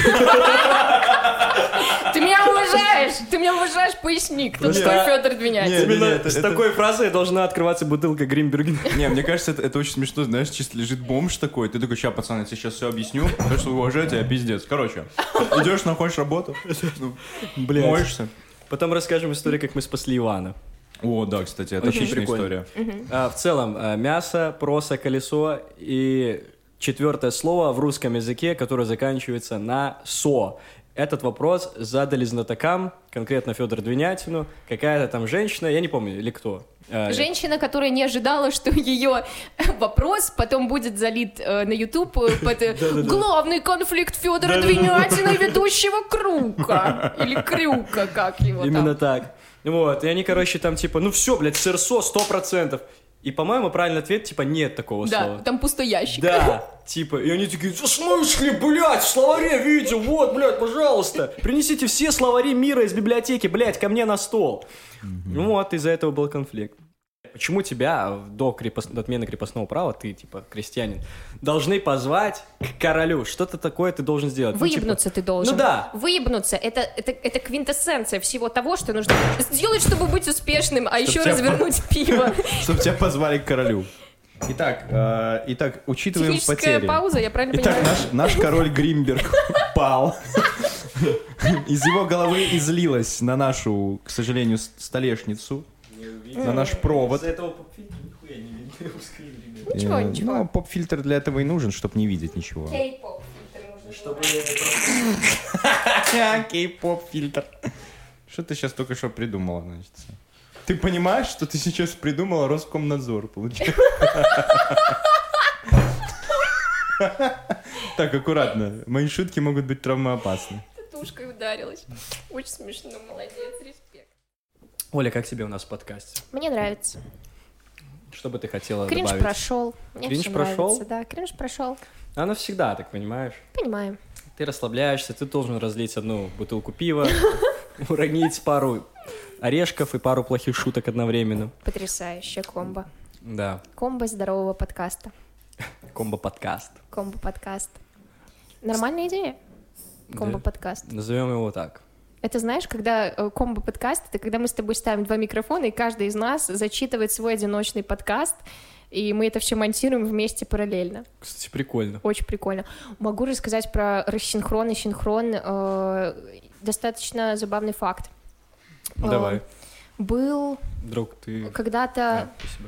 Ты меня уважаешь, поясни, кто такой Федор Двинятин. Нет, именно это- с это- такой фразой должна открываться бутылка Гринберген. Не, мне кажется, это очень смешно, знаешь, чисто лежит бомж такой, ты такой, ща, пацан, я тебе сейчас все объясню, то, что вы уважаете, а пиздец. Короче, идешь, находишь работу, Блядь. моешься. Потом расскажем историю, как мы спасли Ивана. О, да, кстати, это Очень отличная прикольно. история. В целом, мясо, проса, колесо и четвертое слово в русском языке, которое заканчивается на «со». Этот вопрос задали знатокам, конкретно Федору Двинятину, какая-то там женщина, я не помню, или кто. Женщина, которая не ожидала, что ее вопрос потом будет залит на YouTube под главный конфликт Федора Двинятина и ведущего Крука. Или Крюка, как его Именно там. так. Вот, и они, короче, там типа, ну все, блядь, сырсо 100%. И, по-моему, правильный ответ, типа, нет такого Да, слова. там пустой ящик. Да, типа, и они такие, в смысле, блядь, в словаре видел, вот, блядь, пожалуйста, принесите все словари мира из библиотеки, блядь, ко мне на стол. Ну вот, из-за этого был конфликт. Почему тебя до отмены крепостного права, ты, типа, крестьянин, должны позвать к королю? Что-то такое ты должен сделать. Ну, типа, Выебнуться ты должен. Ну да. Выебнуться это квинтэссенция всего того, что нужно сделать, чтобы быть успешным, а еще тебя развернуть пиво. Чтобы тебя позвали к королю. Итак, учитываем Техническая потери. пауза, я правильно Итак, понимаю? наш король Гринберг пал. Из его головы излилось на нашу, к сожалению, столешницу, на наш провод. Из-за этого поп-фильтра нихуя не видно, русский ребят. Ничего, ничего. Ну, поп-фильтр для этого и нужен, чтобы не видеть ничего. Кей-поп фильтр нужно. Чтобы Кей-поп-фильтр. Что ты сейчас только что придумала, значит? Ты понимаешь, что ты сейчас придумала Роскомнадзор, получается? Так, аккуратно. Мои шутки могут быть травмоопасны. Тушкой ударилась. Очень смешно, молодец, респект. Оля, как тебе у нас в подкасте? Мне нравится. Что бы ты хотела Кринж добавить? прошел. Мне Кринж всё прошел? нравится, да, кринж прошел. Она всегда, так понимаешь? Понимаем. Ты расслабляешься, ты должен разлить одну бутылку пива, уронить пару орешков и пару плохих шуток одновременно. Потрясающая комбо. Да, Комбо здорового подкаста. комбо-подкаст. Комбо-подкаст. Нормальная идея. Комбо-подкаст. Назовем его так. Это знаешь, когда комбо-подкаст, это когда мы с тобой ставим два микрофона, и каждый из нас зачитывает свой одиночный подкаст, и мы это все монтируем вместе параллельно. Кстати, прикольно. Очень прикольно. Могу рассказать про рассинхрон и синхрон. Достаточно забавный факт. Давай. Был Друг, ты... когда-то, спасибо.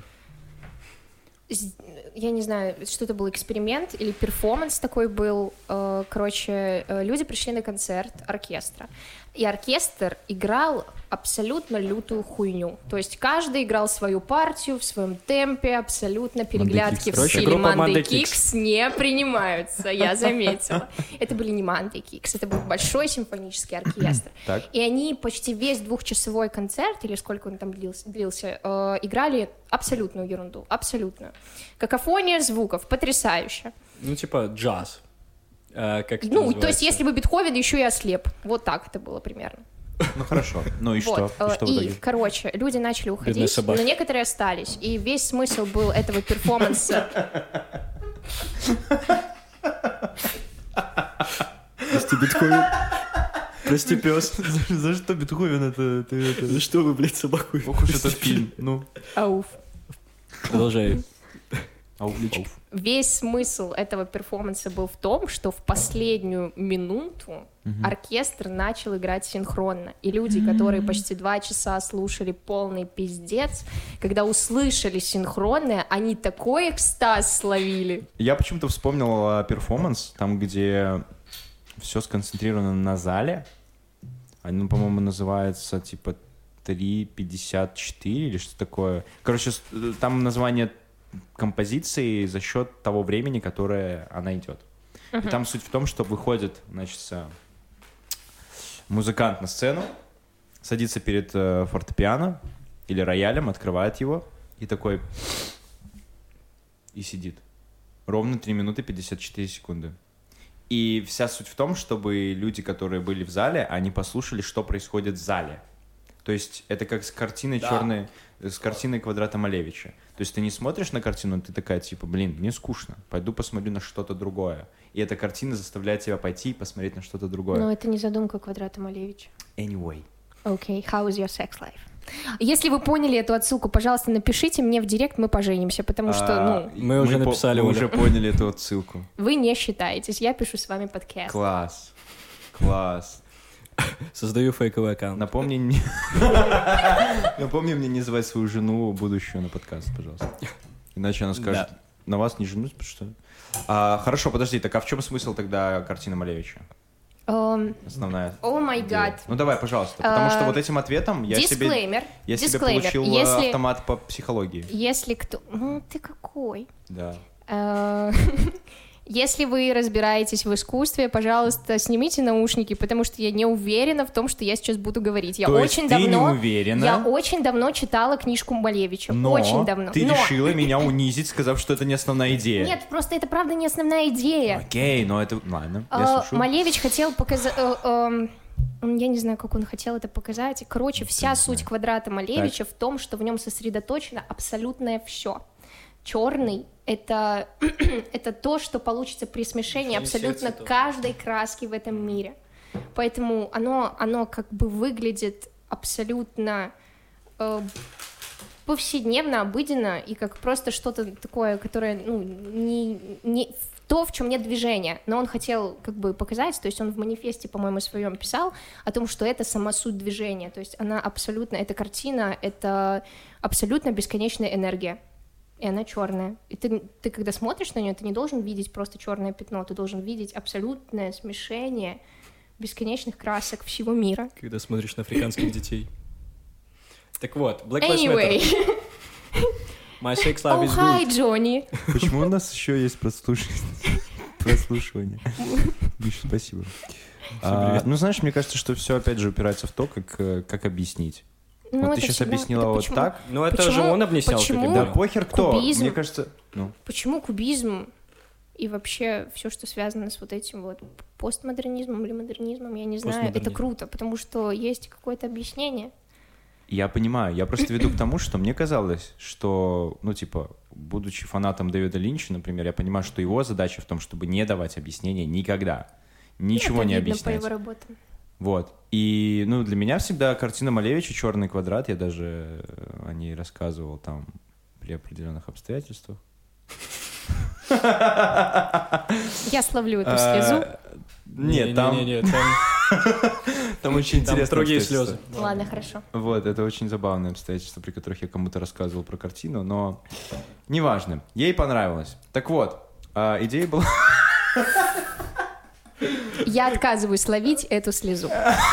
я не знаю, что это был эксперимент или перформанс такой был. Короче, люди пришли на концерт оркестра, и оркестр играл абсолютно лютую хуйню. То есть каждый играл свою партию в своем темпе, абсолютно переглядки в Короче, стиле группа Monday Monday Kicks. Kicks не принимаются, я заметила. Это были не Monday Kicks, это был большой симфонический оркестр. Так. И они почти весь двухчасовой концерт, или сколько он там длился, играли абсолютную ерунду, абсолютную. Какофония звуков, потрясающе. Ну, типа джаз. Как это Ну, то называется? есть, если бы Бетховен еще и ослеп. Вот так это было примерно. Ну хорошо. Ну и что? Вот, И что в итоге? короче, люди начали Бедные уходить, собаки. но некоторые остались. И весь смысл был этого перформанса... Прости, Бетховен. Прости, пес. За что Бетховен это? За что вы, блядь, собаку? Ох уж этот фильм. Ну. Ауф. Продолжай. Ауф. Весь смысл этого перформанса был в том, что в последнюю минуту оркестр начал играть синхронно. И люди, которые почти 2 часа слушали полный пиздец, когда услышали синхронное, они такой экстаз словили. Я почему-то вспомнил перформанс, там, где все сконцентрировано на зале. Оно, по-моему, называется типа 3:54 или что такое. Короче, там название композиции за счет того времени, которое она идет. И там суть в том, что выходит, значит, музыкант на сцену, садится перед фортепиано или роялем, открывает его и такой... И сидит. Ровно 3 минуты 54 секунды. И вся суть в том, чтобы люди, которые были в зале, они послушали, что происходит в зале. То есть это как с картиной черной, с картиной Квадрата Малевича. То есть ты не смотришь на картину, ты такая типа, блин, мне скучно, пойду посмотрю на что-то другое. И эта картина заставляет тебя пойти и посмотреть на что-то другое. Но это не задумка Квадрата Малевича. Anyway. Okay, how is your sex life? Если вы поняли эту отсылку, пожалуйста, напишите мне в директ, мы поженимся, потому что, Мы уже написали, Мы Оля. уже поняли эту отсылку. вы не считаетесь, я пишу с вами подкаст. Класс. Создаю фейковый аккаунт. Напомни мне не звать свою жену будущую на подкаст, пожалуйста. Иначе она скажет, на вас не женусь, что ли? Хорошо, подожди, так а в чем смысл тогда картины Малевича? Основная. О май гад. Ну давай, пожалуйста, потому что вот этим ответом я себе получил автомат по психологии. Если кто... Ну, ты какой? Да. Если вы разбираетесь в искусстве, пожалуйста, снимите наушники, потому что я не уверена в том, что я сейчас буду говорить. Я То есть очень ты не давно... уверена? Я очень давно читала книжку Малевича. Но Очень давно. ты решила меня унизить, сказав, что это не основная идея. Нет, просто это правда не основная идея. Окей, но это... Ладно, я слушаю. Малевич хотел показать... Я не знаю, как он хотел это показать. Короче, вся суть Квадрата Малевича в том, что в нем сосредоточено абсолютное все. Черный — это то, что получится при смешении абсолютно каждой краски в этом мире. Поэтому оно как бы выглядит абсолютно повседневно, обыденно, и как просто что-то такое, которое, не то, в чем нет движения. Но он хотел как бы показать, то есть он в манифесте, по-моему, своем писал о том, что это сама суть движения, то есть она абсолютно, эта картина, это абсолютно бесконечная энергия. И она черная. И ты, когда смотришь на нее, ты не должен видеть просто черное пятно, ты должен видеть абсолютное смешение бесконечных красок всего мира. Когда смотришь на африканских детей. Так вот, Black Lives Anyway. Matter. My sex life Oh, is hi, good. Джонни. Почему у нас еще есть прослушивание? Миша, спасибо. Ну, знаешь, мне кажется, что все опять же упирается в то, как объяснить. Ну, Вот ты это сейчас всегда- объяснила это вот почему? так. Ну это Почему- же он объяснял. почему? как и Да было. похер кто. Кубизм. Мне кажется... Почему кубизм и вообще все, что связано с вот этим вот постмодернизмом или модернизмом, я не знаю, это Постмодернизм. круто, потому что есть какое-то объяснение. Я понимаю, я просто веду к тому, что мне казалось, что, будучи фанатом Дэвида Линча, например, я понимаю, что его задача в том, чтобы не давать объяснения никогда, ничего Это не видно объяснять. по его работам. Вот. И, для меня всегда картина Малевича «Черный квадрат», я даже о ней рассказывал там при определенных обстоятельствах. Я словлю эту слезу. Нет, там очень Там интересно. другие слезы. Ладно, хорошо. Вот, это очень забавные обстоятельства, при которых я кому-то рассказывал про картину, но неважно. Ей понравилось. Так вот, идея была... Я отказываюсь ловить эту слезу.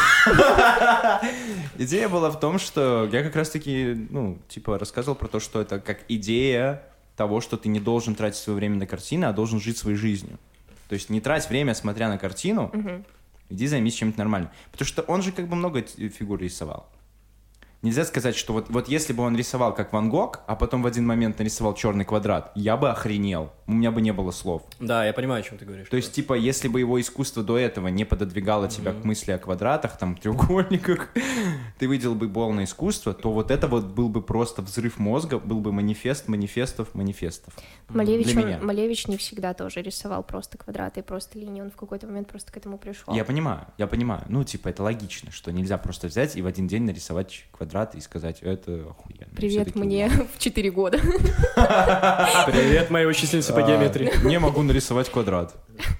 Идея была в том, что я как раз-таки, рассказывал про то, что это как идея того, что ты не должен тратить свое время на картины, а должен жить своей жизнью. То есть не трать время, смотря на картину, иди займись чем-то нормальным. Потому что он же как бы много фигур рисовал. Нельзя сказать, что вот если бы он рисовал как Ван Гог, а потом в один момент нарисовал черный квадрат, я бы охренел. У меня бы не было слов. Да, я понимаю, о чем ты говоришь. То есть, типа, если бы его искусство до этого не пододвигало тебя к мысли о квадратах, там, треугольниках, ты видел бы полное искусство, то вот это вот был бы просто взрыв мозга, был бы манифест манифестов. Малевич не всегда тоже рисовал просто квадраты и просто линии, он в какой-то момент просто к этому пришел. Я понимаю. Ну, типа, это логично, что нельзя просто взять и в один день нарисовать квадрат и сказать, это охуенно. Привет мне в 4 года. Привет, моя учительница по геометрии. Не могу нарисовать квадрат.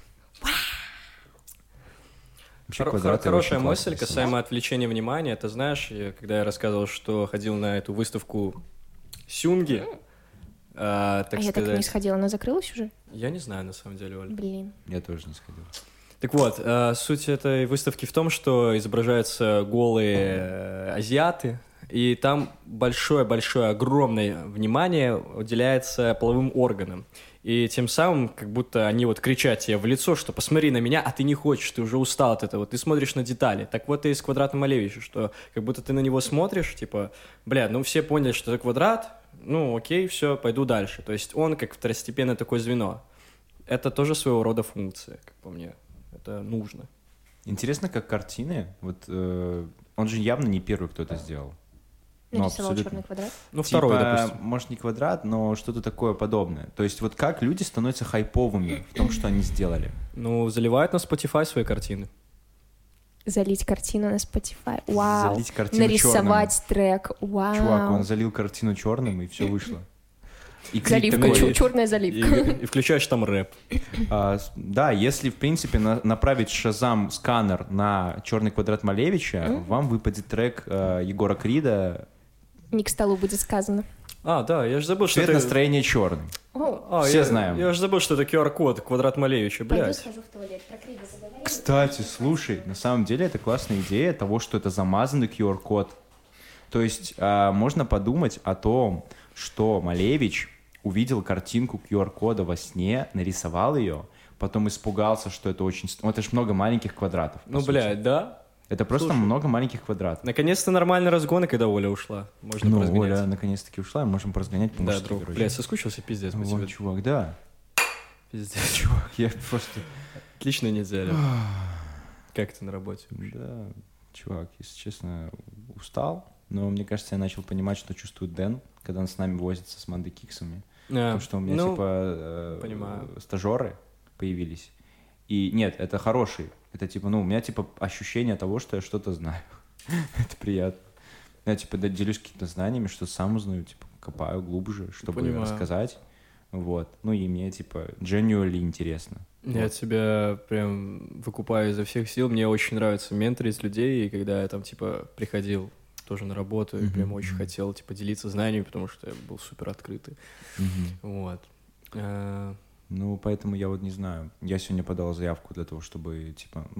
Хорошая мысль касаемо отвлечения внимания. Ты знаешь, когда я рассказывал, что ходил на эту выставку Сюнги, я так и не сходила, она закрылась уже? Я не знаю, на самом деле, Оль. Блин. Я тоже не сходил. Так вот, суть этой выставки в том, что изображаются голые азиаты, и там большое-большое, огромное внимание уделяется половым органам. И тем самым, как будто они вот кричат тебе в лицо, что посмотри на меня, а ты не хочешь, ты уже устал от этого, ты смотришь на детали. Так вот и с квадратом Малевича, что как будто ты на него смотришь, типа, ну все поняли, что это квадрат, ну окей, все, пойду дальше. То есть он как второстепенное такое звено. Это тоже своего рода функция, как по мне. Это нужно. Интересно, как картины, вот он же явно не первый, кто это сделал. Нарисовал черный квадрат? Ну, второй, допустим. Может, не квадрат, но что-то такое подобное. То есть вот как люди становятся хайповыми в том, что они сделали? Ну, заливают на Spotify свои картины. Залить картину на Spotify. Вау. Залить картину нарисовать трек. Вау. Чувак, он залил картину черным, и все вышло. И заливка, черная заливка. И включаешь там рэп. Да, если, в принципе, направить Shazam сканер на черный квадрат Малевича, вам выпадет трек Егора Крида. Не к столу будет сказано. Да, я же забыл, что Цвет настроения черный. Все знаем. Я же забыл, что это QR-код, квадрат Малевича, блядь. Пойду схожу в туалет, про Крида заговорим. Кстати, слушай, на самом деле это классная идея того, что это замазанный QR-код. То есть можно подумать о том, что Малевич увидел картинку QR-кода во сне, нарисовал ее, потом испугался, что это очень... это же много маленьких квадратов. Ну, блядь, да? Это просто много маленьких квадратов. Наконец-то нормальный разгон, когда Оля ушла. Можно поразгонять. Оля наконец-таки ушла, мы можем поразгонять по-мужски. Да, друг, блядь, соскучился, пиздец. Вот, чувак, да. Пиздец, чувак. Я просто... Отличная неделя. Как ты на работе? Да, чувак, если честно, устал. Но мне кажется, я начал понимать, что чувствует Дэн, когда он с нами возится с Мандой Киксами. Потому что у меня, стажеры появились. И нет, это хороший. Это у меня ощущение того, что я что-то знаю. Это приятно. Я делюсь какими-то знаниями, что сам узнаю, копаю глубже, чтобы рассказать. Вот. Ну и мне genuinely интересно. Я тебя прям выкупаю изо всех сил. Мне очень нравится менторить людей, и когда я там приходил тоже на работу, и прям очень хотел делиться знаниями, потому что я был супер открытый. Вот. Ну, поэтому я не знаю. Я сегодня подал заявку для того, чтобы,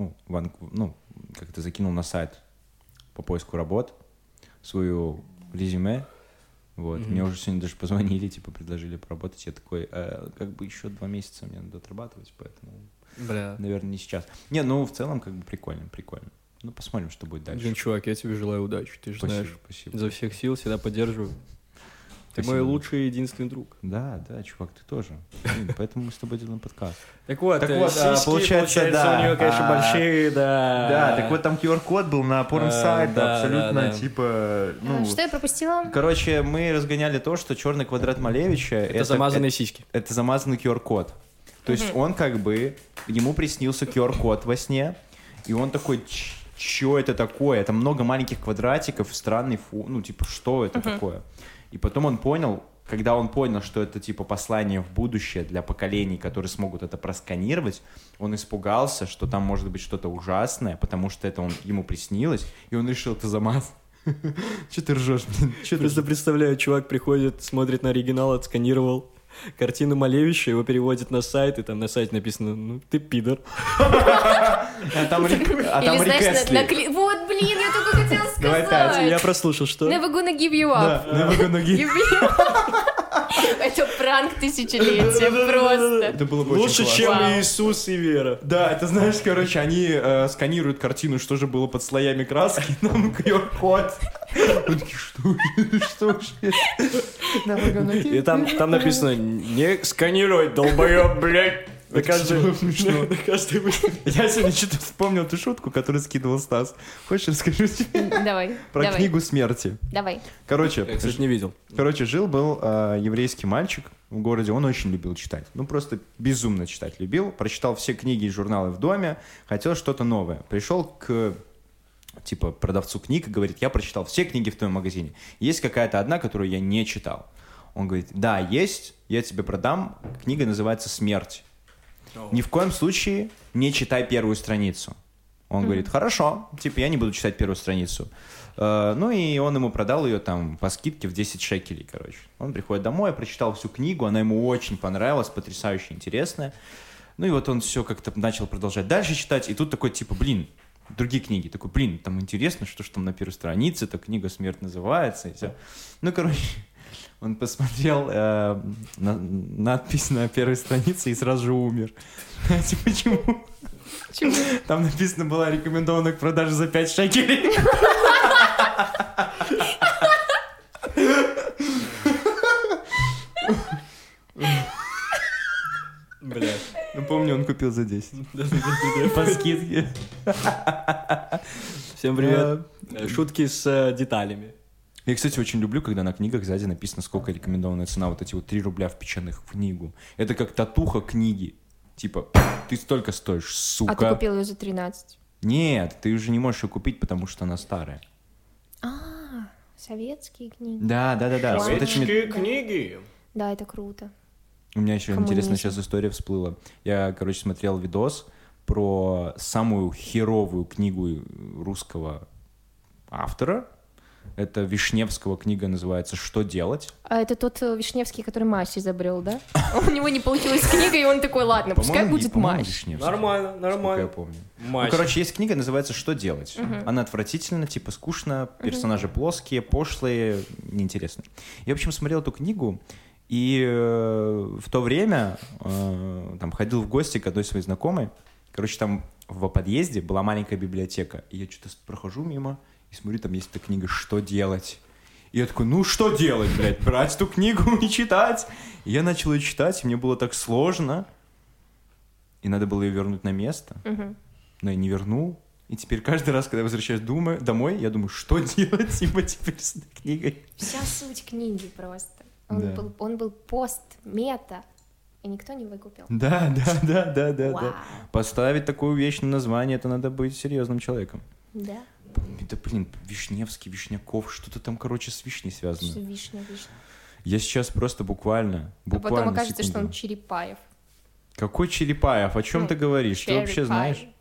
как-то закинул на сайт по поиску работ свою резюме. Вот. Мне уже сегодня даже позвонили, предложили поработать. Я такой, еще 2 месяца мне надо отрабатывать, поэтому, наверное, не сейчас. Не, в целом, прикольно. Ну, посмотрим, что будет дальше. Блин, чувак, я тебе желаю удачи. Ты же знаешь, спасибо. изо всех сил всегда поддерживаю. Ты мой лучший и единственный друг. Да, чувак, ты тоже. Поэтому мы с тобой делаем подкаст. Так вот, получается, да. У него, конечно, большие, да. Да, так вот там QR-код был на порн-сайт, абсолютно, Что я пропустила? Короче, мы разгоняли то, что черный квадрат Малевича... Это замазанные сиськи. Это замазанный QR-код. То есть он ему приснился QR-код во сне, и он такой... Что это такое? Это много маленьких квадратиков, странный что это такое? И потом он понял, когда он понял, что это послание в будущее для поколений, которые смогут это просканировать, он испугался, что там может быть что-то ужасное, потому что это ему приснилось, и он решил это замазать. Че ты ржешь, блин? Просто представляю, чувак приходит, смотрит на оригинал, отсканировал картину Малевича, его переводит на сайт, и там на сайте написано, ты пидор. А там реквестли. Вот, блин, я только хотела сказать. Я прослушал, что? Never gonna give you up. Never gonna give you up. Это пранк тысячелетия, просто. Это было бы Лучше, очень классно. чем Вау. Иисус и Вера. Да, это знаешь, короче, они сканируют картину, что же было под слоями краски, нам QR-код. Мы такие, что же? И там написано: не сканировать, долбоёб, блядь. На каждый смешно. на каждый выпуск. Я сегодня что-то вспомнил ту шутку, которую скидывал Стас. Хочешь, расскажу тебе Давай, про давай, книгу смерти? давай. Короче, Я, кстати, не видел. жил-был еврейский мальчик в городе, он очень любил читать. Ну, просто безумно читать любил. Прочитал все книги и журналы в доме, хотел что-то новое. Пришел к, типа, продавцу книг и говорит: я прочитал все книги в твоем магазине. Есть какая-то одна, которую я не читал. Он говорит: да, есть, я тебе продам. Книга называется «Смерть». Ни в коем случае не читай первую страницу. Он говорит: хорошо, типа, я не буду читать первую страницу. Ну и он ему продал ее там по скидке в 10 шекелей, короче. Он приходит домой, прочитал всю книгу, она ему очень понравилась, потрясающе интересная. Ну и вот он все как-то начал продолжать дальше читать, и тут такой, типа, другие книги. Такой, там интересно, что ж там на первой странице, эта книга «Смерть» называется, и все. Ну, короче, он посмотрел надпись на первой странице и сразу же умер. Знаете почему? Почему? Там написано: была рекомендована к продаже за 5 шекелей. Бля. Ну, помню, он купил за 10. По скидке. Всем привет. Шутки с деталями. Я, кстати, очень люблю, когда на книгах сзади написано, сколько рекомендованная цена. Вот эти вот 3 рубля впечатанных в книгу. Это как татуха книги. Типа, ты столько стоишь, сука. А ты купил ее за 13? Нет, ты уже не можешь ее купить, потому что она старая. Советские книги. Да. С вот этими... Советские книги. Да, это круто. У меня еще Коммунизм. интересная сейчас история всплыла. Я, короче, смотрел видос про самую херовую книгу русского автора. Это Вишневского книга, называется «Что делать?». А это тот Вишневский, который мазь изобрел, да? У него не получилась книга, и он такой: ладно, пускай будет по-моему, мазь. Вишневский. Нормально, Сколько я нормально. помню. Мазь. Ну, короче, есть книга, называется «Что делать?». Она отвратительна, типа скучно, персонажи плоские, пошлые, неинтересные. Я, в общем, смотрел эту книгу, и в то время там ходил в гости к одной своей знакомой. Короче, там в подъезде была маленькая библиотека. И я что-то прохожу мимо и смотрю, там есть эта книга «Что делать?». И я такой: ну что делать, блядь, брать эту книгу и читать? И я начал ее читать, и мне было так сложно. И надо было ее вернуть на место. Но я не вернул. И теперь каждый раз, когда я возвращаюсь домой, я думаю, что делать типа теперь с этой книгой. Вся суть книги просто. Да. Он был пост, мета, и никто не выкупил. Да. Вау. Поставить такую вещь на название, это надо быть серьезным человеком. Да? Это, Вишневский, Вишняков, что-то там, короче, с вишней Что связано. вишня. Я сейчас просто буквально А потом окажется, секунду. что он Черепаев. Какой Черепаев? О чем Ну, ты говоришь? Ты вообще Черепаев. знаешь?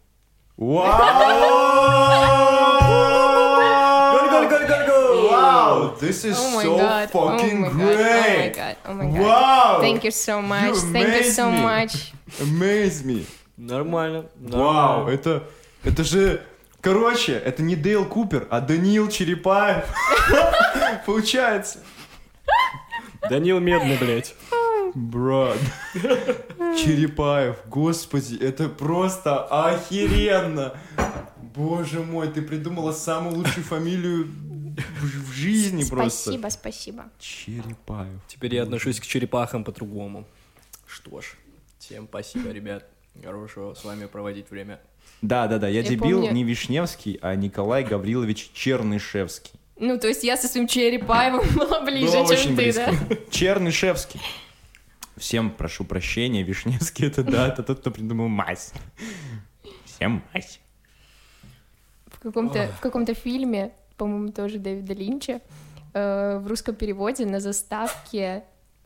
Wow! This is Oh my so god. fucking Oh my great! god. Oh my god. Wow! Thank you so much. You Thank you so amazed me. much. Amaze me! Нормально. Вау, это же... Короче, это не Дейл Купер, а Даниил Черепаев. Получается. Данил Медный, блядь. Брат. Черепаев. Господи, это просто охеренно. Боже мой, ты придумала самую лучшую фамилию в жизни просто. Спасибо. Черепаев. Теперь я отношусь к черепахам по-другому. Что ж, всем спасибо, ребят. Хорошего с вами проводить время. Да, я дебил, помню. не Вишневский, а Николай Гаврилович Чернышевский. Ну, то есть я со своим Черепаевым была ближе, Было очень чем ты, близко. да? Чернышевский. Всем прошу прощения, Вишневский это тот, кто придумал мазь. Всем мазь. В каком-то фильме, по-моему, тоже Дэвида Линча, в русском переводе на заставке...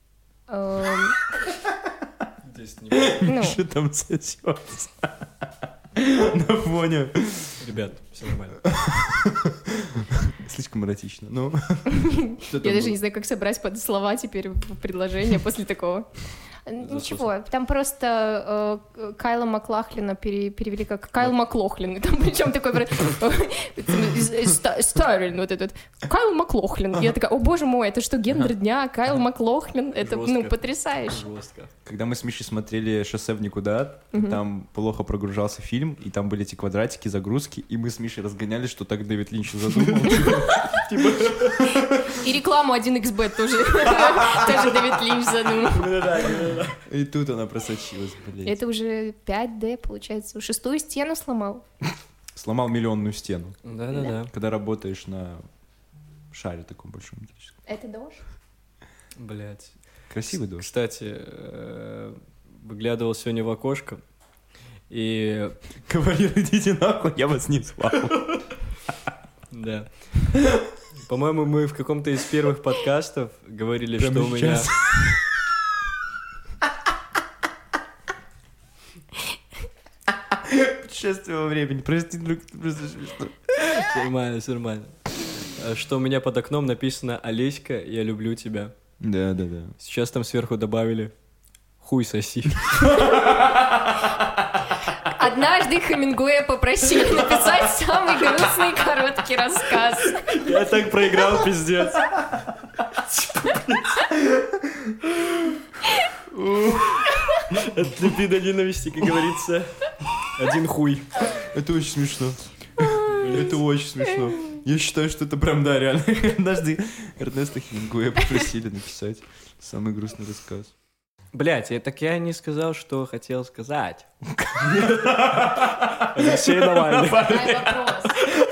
Здесь не... Ну, Что там сосется? На фоне. Ребят, все нормально. Слишком эротично. Ну. я даже не знаю, как собрать под слова теперь в предложение после такого. Ничего, там просто Кайла Маклахлина перевели как Кайл Маклохлин. Там причем такой Старлин, вот этот Кайл Маклохлин. Я такая, о боже мой, это что, гендер дня? Кайл Маклохлин. Это, потрясающе. Жестко. Когда мы с Мишей смотрели «Шоссе в никуда», там плохо прогружался фильм, и там были эти квадратики, загрузки, и мы с Мишей разгонялись, что так Дэвид Линч задумал. И рекламу 1xbet тоже Дэвид Линч задумал. И тут она просочилась, блядь. Это уже 5D, получается. 6-ю стену сломал. Сломал миллионную стену. Да-да-да. Когда работаешь на шаре таком большом металлическом. Это дождь? Блять. Красивый дождь. Кстати, выглядывал сегодня в окошко и... Говорил, идите нахуй, я вас не звал. Да. По-моему, мы в каком-то из первых подкастов говорили, Прямо что у меня... сейчас. Путешествие во времени. Прости, друг, ты просто смешно. Нормально, все нормально. Что у меня под окном написано «Олеська, я люблю тебя». Да. Сейчас там сверху добавили «Хуй соси». Однажды Хемингуэя попросили написать самый грустный короткий рассказ. Я так проиграл, пиздец. От любви до ненависти, как говорится, один хуй. Это очень смешно. Это очень смешно. Я считаю, что это прям, да, реально. Однажды Эрнеста Хемингуэя попросили написать самый грустный рассказ. Блять, я не сказал, что хотел сказать. Алексей Навальный. Дай вопрос.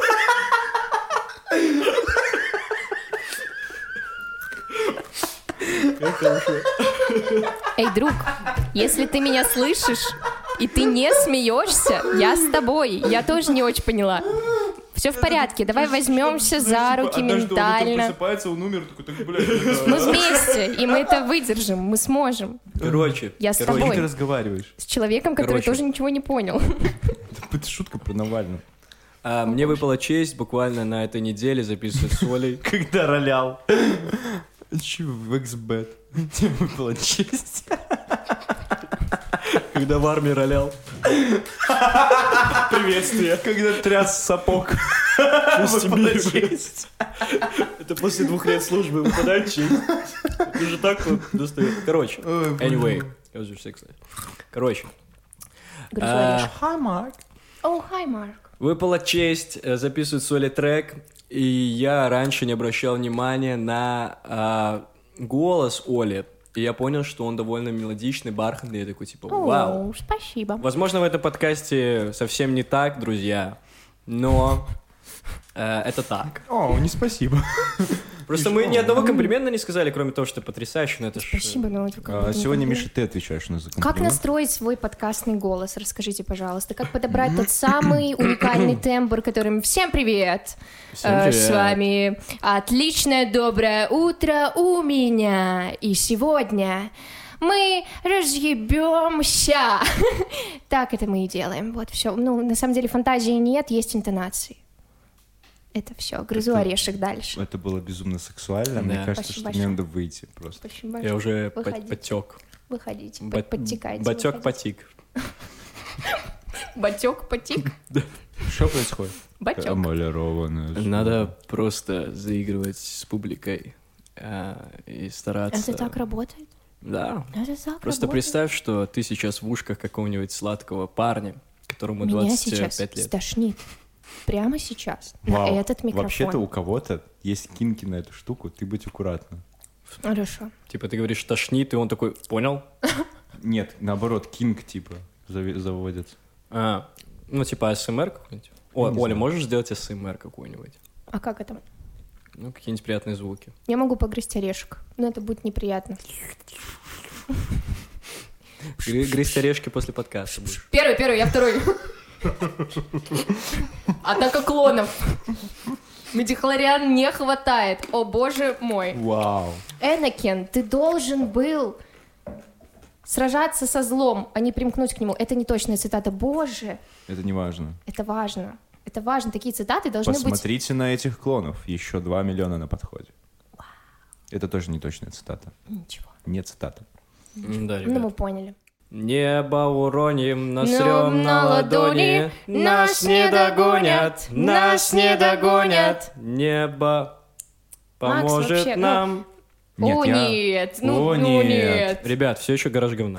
Эй, друг, если ты меня слышишь, и ты не смеешься, я с тобой. Я тоже не очень поняла. Все в порядке, давай возьмемся за руки ментально. Просыпается, он умер, такой, блядь. Мы вместе, и мы это выдержим, мы сможем. Короче, Я с С кем тобой. ты разговариваешь? С человеком, который тоже ничего не понял. Это шутка про Навального. мне выпала честь буквально на этой неделе записывать с Олей. Когда ролял. Че, в XBet. Тебе выпала честь. Когда в армии ролял. Приветствие. Когда тряс сапог. Выпала честь. Это после 2 лет службы выпадает честь. Ты же так вот достает. Короче, anyway. Я уже 6 лет. Короче. Hi, Mark. О, hi, Марк. Выпала честь записывать с Олей трек, и я раньше не обращал внимания на голос Оли. И я понял, что он довольно мелодичный, бархатный. Я такой, типа, вау. О, спасибо. Возможно, в этом подкасте совсем не так, друзья, но это так. О, не спасибо. Просто мы ни одного комплимента не сказали, кроме того, что ты потрясающий, но это ж... Спасибо, но это как-то Сегодня, комплимент. Миша, ты отвечаешь на Как комплимент. настроить свой подкастный голос? Расскажите, пожалуйста. Как подобрать тот самый уникальный тембр, которым всем привет! Всем привет. С вами отличное доброе утро у меня. И сегодня мы разъебемся. Так это мы и делаем. Вот все. Ну, на самом деле фантазии нет, есть интонации. Это все. Грызу орешек дальше. Это было безумно сексуально. Да. Мне кажется, Спасибо что большое. мне надо выйти просто. Спасибо Я большое. уже Выходите. подтек. Выходите, подтекайте. Батек потик. Батек, потик. Что происходит? Батек. Эмалированное. Надо просто заигрывать с публикой и стараться... Это так работает? Да. Это так Просто работает? представь, что ты сейчас в ушках какого-нибудь сладкого парня, которому Меня 25 сейчас лет. стошнит. Прямо сейчас. Вау. На этот микрофон. Вообще-то у кого-то есть кинки на эту штуку, ты будь аккуратна. Хорошо. Типа ты говоришь «тошнит», и он такой «понял?» Нет, наоборот, кинг типа заводится. Ну, типа АСМР какой-нибудь. Я не Оля, знаю. можешь сделать АСМР какой-нибудь? А как это? Ну, какие-нибудь приятные звуки. Я могу погрызть орешек, но это будет неприятно. Грызть орешки после подкаста будешь. Первый, я второй. Атака клонов. Медихлориан не хватает. О, боже мой. Вау. Энакин, ты должен был сражаться со злом, а не примкнуть к нему. Это не точная цитата. Боже, Это не важно. это важно. Это важно. Такие цитаты должны быть... Посмотрите на этих клонов. Еще 2 миллиона на подходе. Это тоже не точная цитата. Ничего. Не цитата. Да, Ну, мы ребят. поняли. Небо уроним, Но насрем на ладони, нас не догонят, нас не догонят. Небо Макс, поможет вообще, ну, нам. Нет, О, я- нет, ну, О, ну нет. нет. Ребят, все еще гараж говна.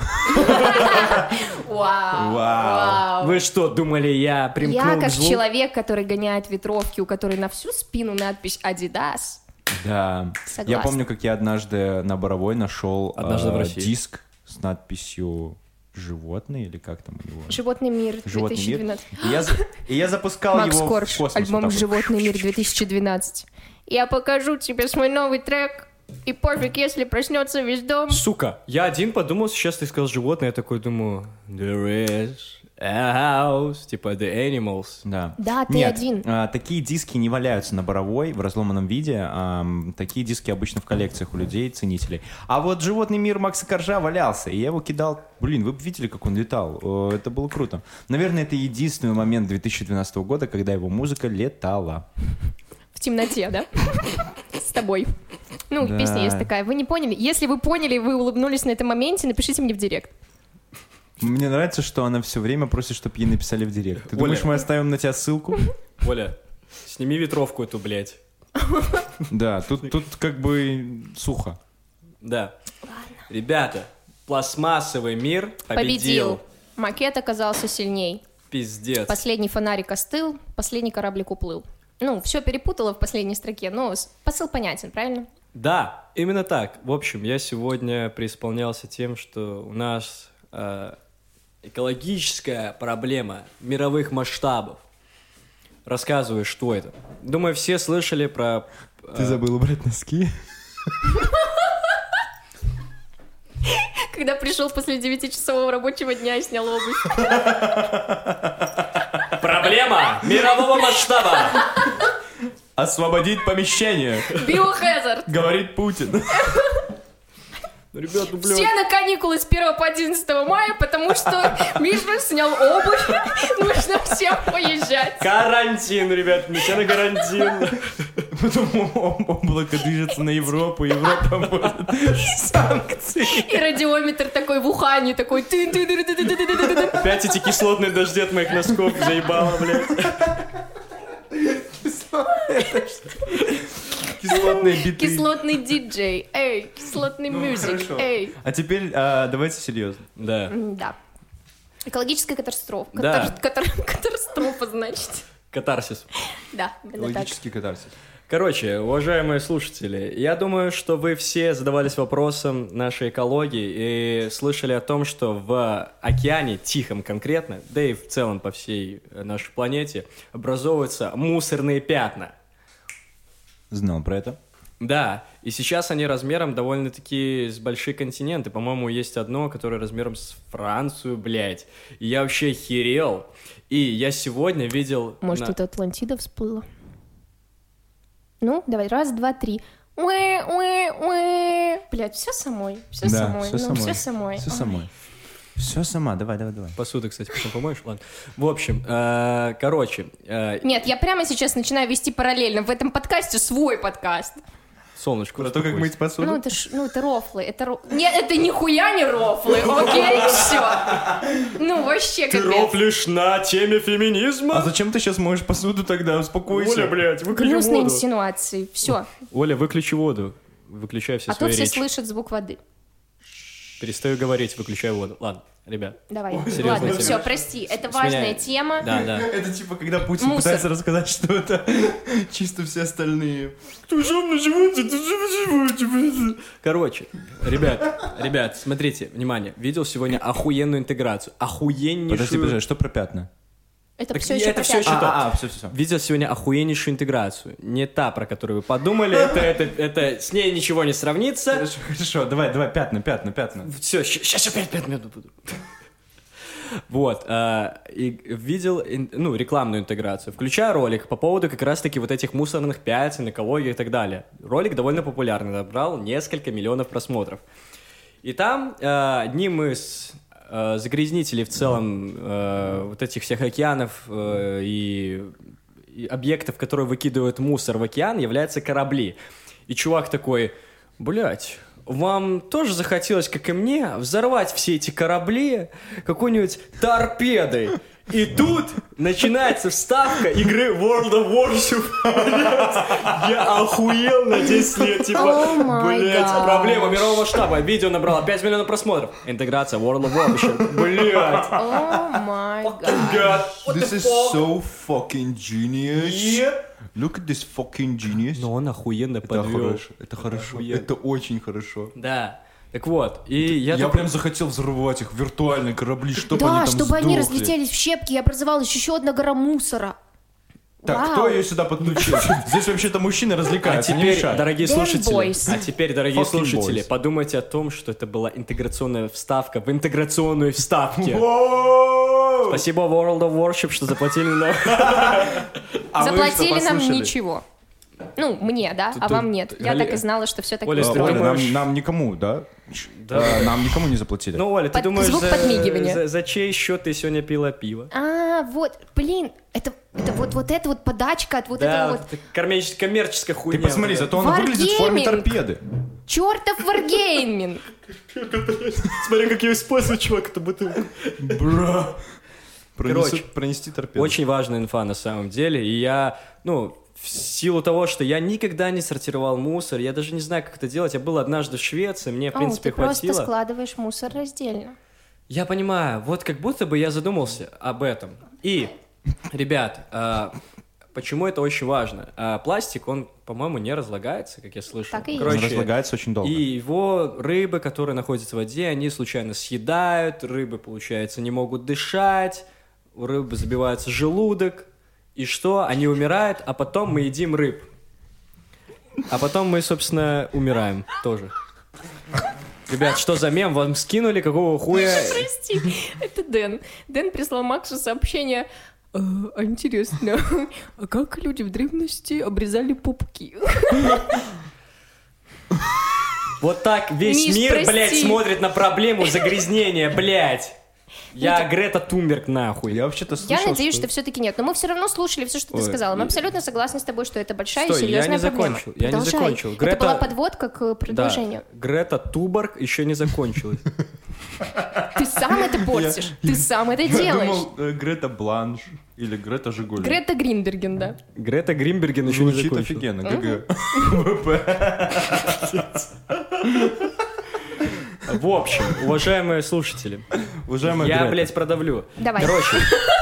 Вау. Вау. Вы что, думали, я примкнул Я к как злу? человек, который гоняет ветровки, у которой на всю спину надпись Adidas. Да. Согласна. Я помню, как я однажды на Боровой нашел Однажды в России. диск с надписью «Животные» или как там его? Животный мир «Животный мир». 2012. И я запускал Макс его Корж, в космос. альбом вот так вот. «Животный мир 2012». Я покажу тебе свой новый трек, и пофиг, если проснется весь дом. Сука, я один подумал, сейчас ты сказал животное, я такой думаю, there is a house, типа the animals. Да. Да, ты Нет, один. такие диски не валяются на Боровой в разломанном виде. Такие диски обычно в коллекциях у людей, ценителей. А вот «Животный мир» Макса Коржа валялся, и я его кидал. Блин, вы бы видели, как он летал. Это было круто. Наверное, это единственный момент 2012 года, когда его музыка летала. В темноте, да? С тобой. Ну, Да. песня есть такая. Вы не поняли? Если вы поняли, вы улыбнулись на этом моменте, напишите мне в директ. Мне нравится, что она все время просит, чтобы ей написали в директ. Ты Оля. думаешь, мы оставим на тебя ссылку? Оля, сними ветровку эту, блядь. Да, тут как бы сухо. Да. Ребята, пластмассовый мир победил. Макет оказался сильней. Пиздец. Последний фонарик остыл, последний кораблик уплыл. Ну, все перепутала в последней строке, но посыл понятен, правильно? Да, именно так. В общем, я сегодня преисполнялся тем, что у нас экологическая проблема мировых масштабов. Рассказываю, что это. Думаю, все слышали про... забыл убрать носки? Когда пришел после 9-часового рабочего дня и снял обувь. Проблема мирового масштаба! Освободить помещение, Биохазард! говорит Путин. Ну, ребят, ну, блядь. Все на каникулы с 1 по 11 мая, потому что Миша снял обувь. Нужно всем поезжать. Карантин, ребят, мы все на карантин. Потом облако движется на Европу, Европа будет санкции. И радиометр такой в Ухане, такой... тын-тын-тын-тын-тын-тын-тын. Опять эти кислотные дожди от моих носков заебало, блядь. Кислотные биты. Кислотный диджей, эй, кислотный мюзик, хорошо. эй. А теперь давайте серьезно. Да. Да. Экологическая катастрофа. Да. Катастрофа, значит. Катарсис. Да, именно так. Логический катарсис. Короче, уважаемые слушатели, я думаю, что вы все задавались вопросом нашей экологии и слышали о том, что в океане, Тихом конкретно, да и в целом по всей нашей планете, образовываются мусорные пятна. Знал про это. Да, и сейчас они размером довольно-таки с большие континенты. По-моему, есть одно, которое размером с Францию, блядь. И я вообще охерел. И я сегодня видел... Может, на- это Атлантида всплыла? Ну, давай, раз, два, три. Уэ. Блядь, все самой. Все Да, самой. всё Ну, самой. все самой. Все Ой. самой. Все сама, давай. Посуду, кстати, потом помоешь? Ладно. В общем, короче, Нет, я прямо сейчас начинаю вести параллельно. В этом подкасте свой подкаст. солнышко, Про то, как мыть посуду? Ну, это рофлы. Нет, это нихуя не рофлы. Окей, все. Ну, вообще Ты капец. рофлишь на теме феминизма? А зачем ты сейчас моешь посуду тогда? Успокойся. Оля, блядь, выключи Гнусные воду. инсинуации. Все. Оля, выключи воду. Выключай все А то свои все речи. слышат звук воды. Перестаю говорить, выключай воду. Ладно, ребят. Давай. серьезная Ладно, тема. все, прости. Это важная Сменяем. тема. Да. Это типа, когда Путин Мусор. пытается рассказать что-то, чисто все остальные. Короче, ребят, смотрите, внимание. Видел сегодня охуенную интеграцию. Охуеннейшую... Подожди, что про пятна? Это Так все еще это всё ещё пропятно. все. Видел сегодня охуеннейшую интеграцию. Не та, про которую вы подумали. Это с ней ничего не сравнится. Хорошо, давай, пятна. Все, сейчас опять 5 минут буду. Вот, и видел, рекламную интеграцию. Включаю ролик по поводу как раз-таки вот этих мусорных пятен, экологии и так далее. Ролик довольно популярный, набрал несколько миллионов просмотров. И там одним из загрязнителей в целом вот этих всех океанов и объектов, которые выкидывают мусор в океан, являются корабли. И чувак такой, блять, вам тоже захотелось, как и мне, взорвать все эти корабли какой-нибудь торпедой. И тут начинается вставка игры World of Warship. Я охуел на 10 лет. Типа, Oh my блять, gosh. проблема мирового масштаба. Видео набрало 5 миллионов просмотров. Интеграция World of Warship. Блять. О май гад. God, what This the is fuck? so fucking genius. Yeah. Look at this fucking genius. Но он охуенно Это подвел. хорошо, это хорошо, Охуенно. это очень хорошо. Да. Так вот, и я Я такой- прям захотел взорвать их, виртуальные корабли, чтобы они Да, там чтобы они сдохли. разлетелись в щепки и образовалась еще одна гора мусора. Так, Вау. кто ее сюда подключил? Здесь вообще-то мужчины А развлекаются, не теперь, мешай. дорогие Damn слушатели, boys. а теперь, дорогие Fucking слушатели, boys. подумайте о том, что это была интеграционная вставка в интеграционной вставке. Воу! Спасибо World of Warship, что заплатили нам. А вы Заплатили что, нам послушали? ничего. Ну, мне, да, а Тут- вам нет. Я Оля- так и знала, что все так Оля, будет. ты Оля, думаешь- нам никому, да? Да. Нам никому не заплатили. Ну, Оля, ты Под думаешь, звук подмигивания. за чей счет ты сегодня пила пиво? А, вот, блин, это вот эта вот подачка от вот Да, этого вот это коммерческая хуйня. Ты посмотри, зато он выглядит в форме Wargaming. торпеды. чертов варгейминг. Смотри, как я использую, чувак, эту бутылку. Бра. Короче, Пронести торпеду. Очень важная инфа на самом деле, и я, в силу того, что я никогда не сортировал мусор, я даже не знаю, как это делать. Я был однажды в Швеции, мне, в принципе, Ты просто хватило. складываешь мусор раздельно. Я понимаю, вот как будто бы я задумался об этом. И, ребят, почему это очень важно? Пластик, он, по-моему, не разлагается, как я слышал. Так и есть. Он разлагается очень долго. И его рыбы, которые находятся в воде, они случайно съедают, рыбы, получается, не могут дышать, у рыбы забивается желудок, и что? Они умирают, а потом мы едим рыб. А потом мы, собственно, умираем тоже. Ребят, что за мем? Вам скинули? Какого хуя? Прости, это Дэн. Дэн прислал Максу сообщение. А интересно, а как люди в древности обрезали пупки? Вот так весь Миш, мир, прости. блядь, смотрит на проблему загрязнения, блядь. Я Грета Тунберг, нахуй. Я вообще-то слышал, Я надеюсь, что все-таки нет. Но мы все равно слушали все, что ты Ой, сказала. Мы и- абсолютно согласны с тобой, что это большая Стой, и серьезная я не проблема. закончил, я не Продолжай. закончил. Это Грета- была подводка к Да, продолжению. Грета Туборг еще не закончилась. Ты сам это портишь. Ты сам это Я делаешь. думал, Грета Бланш или Грета Жигули. Грета Гринберген, да. Грета Гримберген еще не Звучит закончила. офигенно. ГГ. В общем, уважаемые слушатели, Уважаемая я, Грета. блядь, продавлю. Давай. Короче,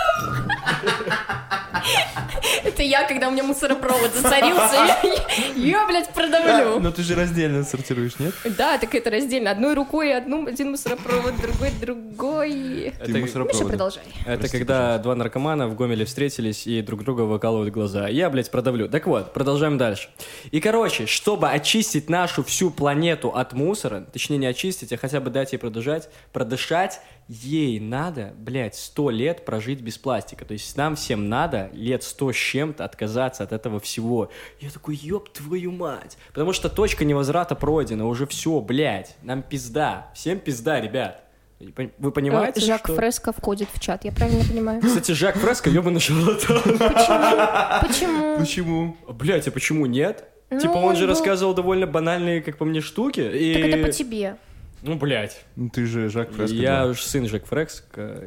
Это я, когда у меня мусоропровод засорился, я, блядь, продавлю. Но ты же раздельно сортируешь, нет? Да, так это раздельно. Одной рукой один мусоропровод, другой. Ты Миша, мусоропровод. продолжай. это когда два наркомана в Гомеле встретились и друг друга выкалывают глаза. Я, блядь, продавлю. Так вот, продолжаем дальше. И, короче, чтобы очистить нашу всю планету от мусора, точнее, не очистить, а хотя бы дать ей продышать, ей надо, блядь, 100 лет прожить без пластика. То есть нам всем надо лет 100 с чем-то отказаться от этого всего. Я такой, ёб твою мать. Потому что точка невозврата пройдена, уже все, блядь. Нам пизда. Всем пизда, ребят. Вы понимаете, Жак что... Фреско входит в чат, я правильно понимаю? Кстати, Жак Фреско ёбаный шарлатан. Почему? Почему? Блять, а почему нет? Ну, Типа он же ну- рассказывал довольно банальные, как по мне, штуки. И... Так это по тебе. Ну, блядь. Ну ты же Жак Фреско. Я да. уж сын Жак Фреско.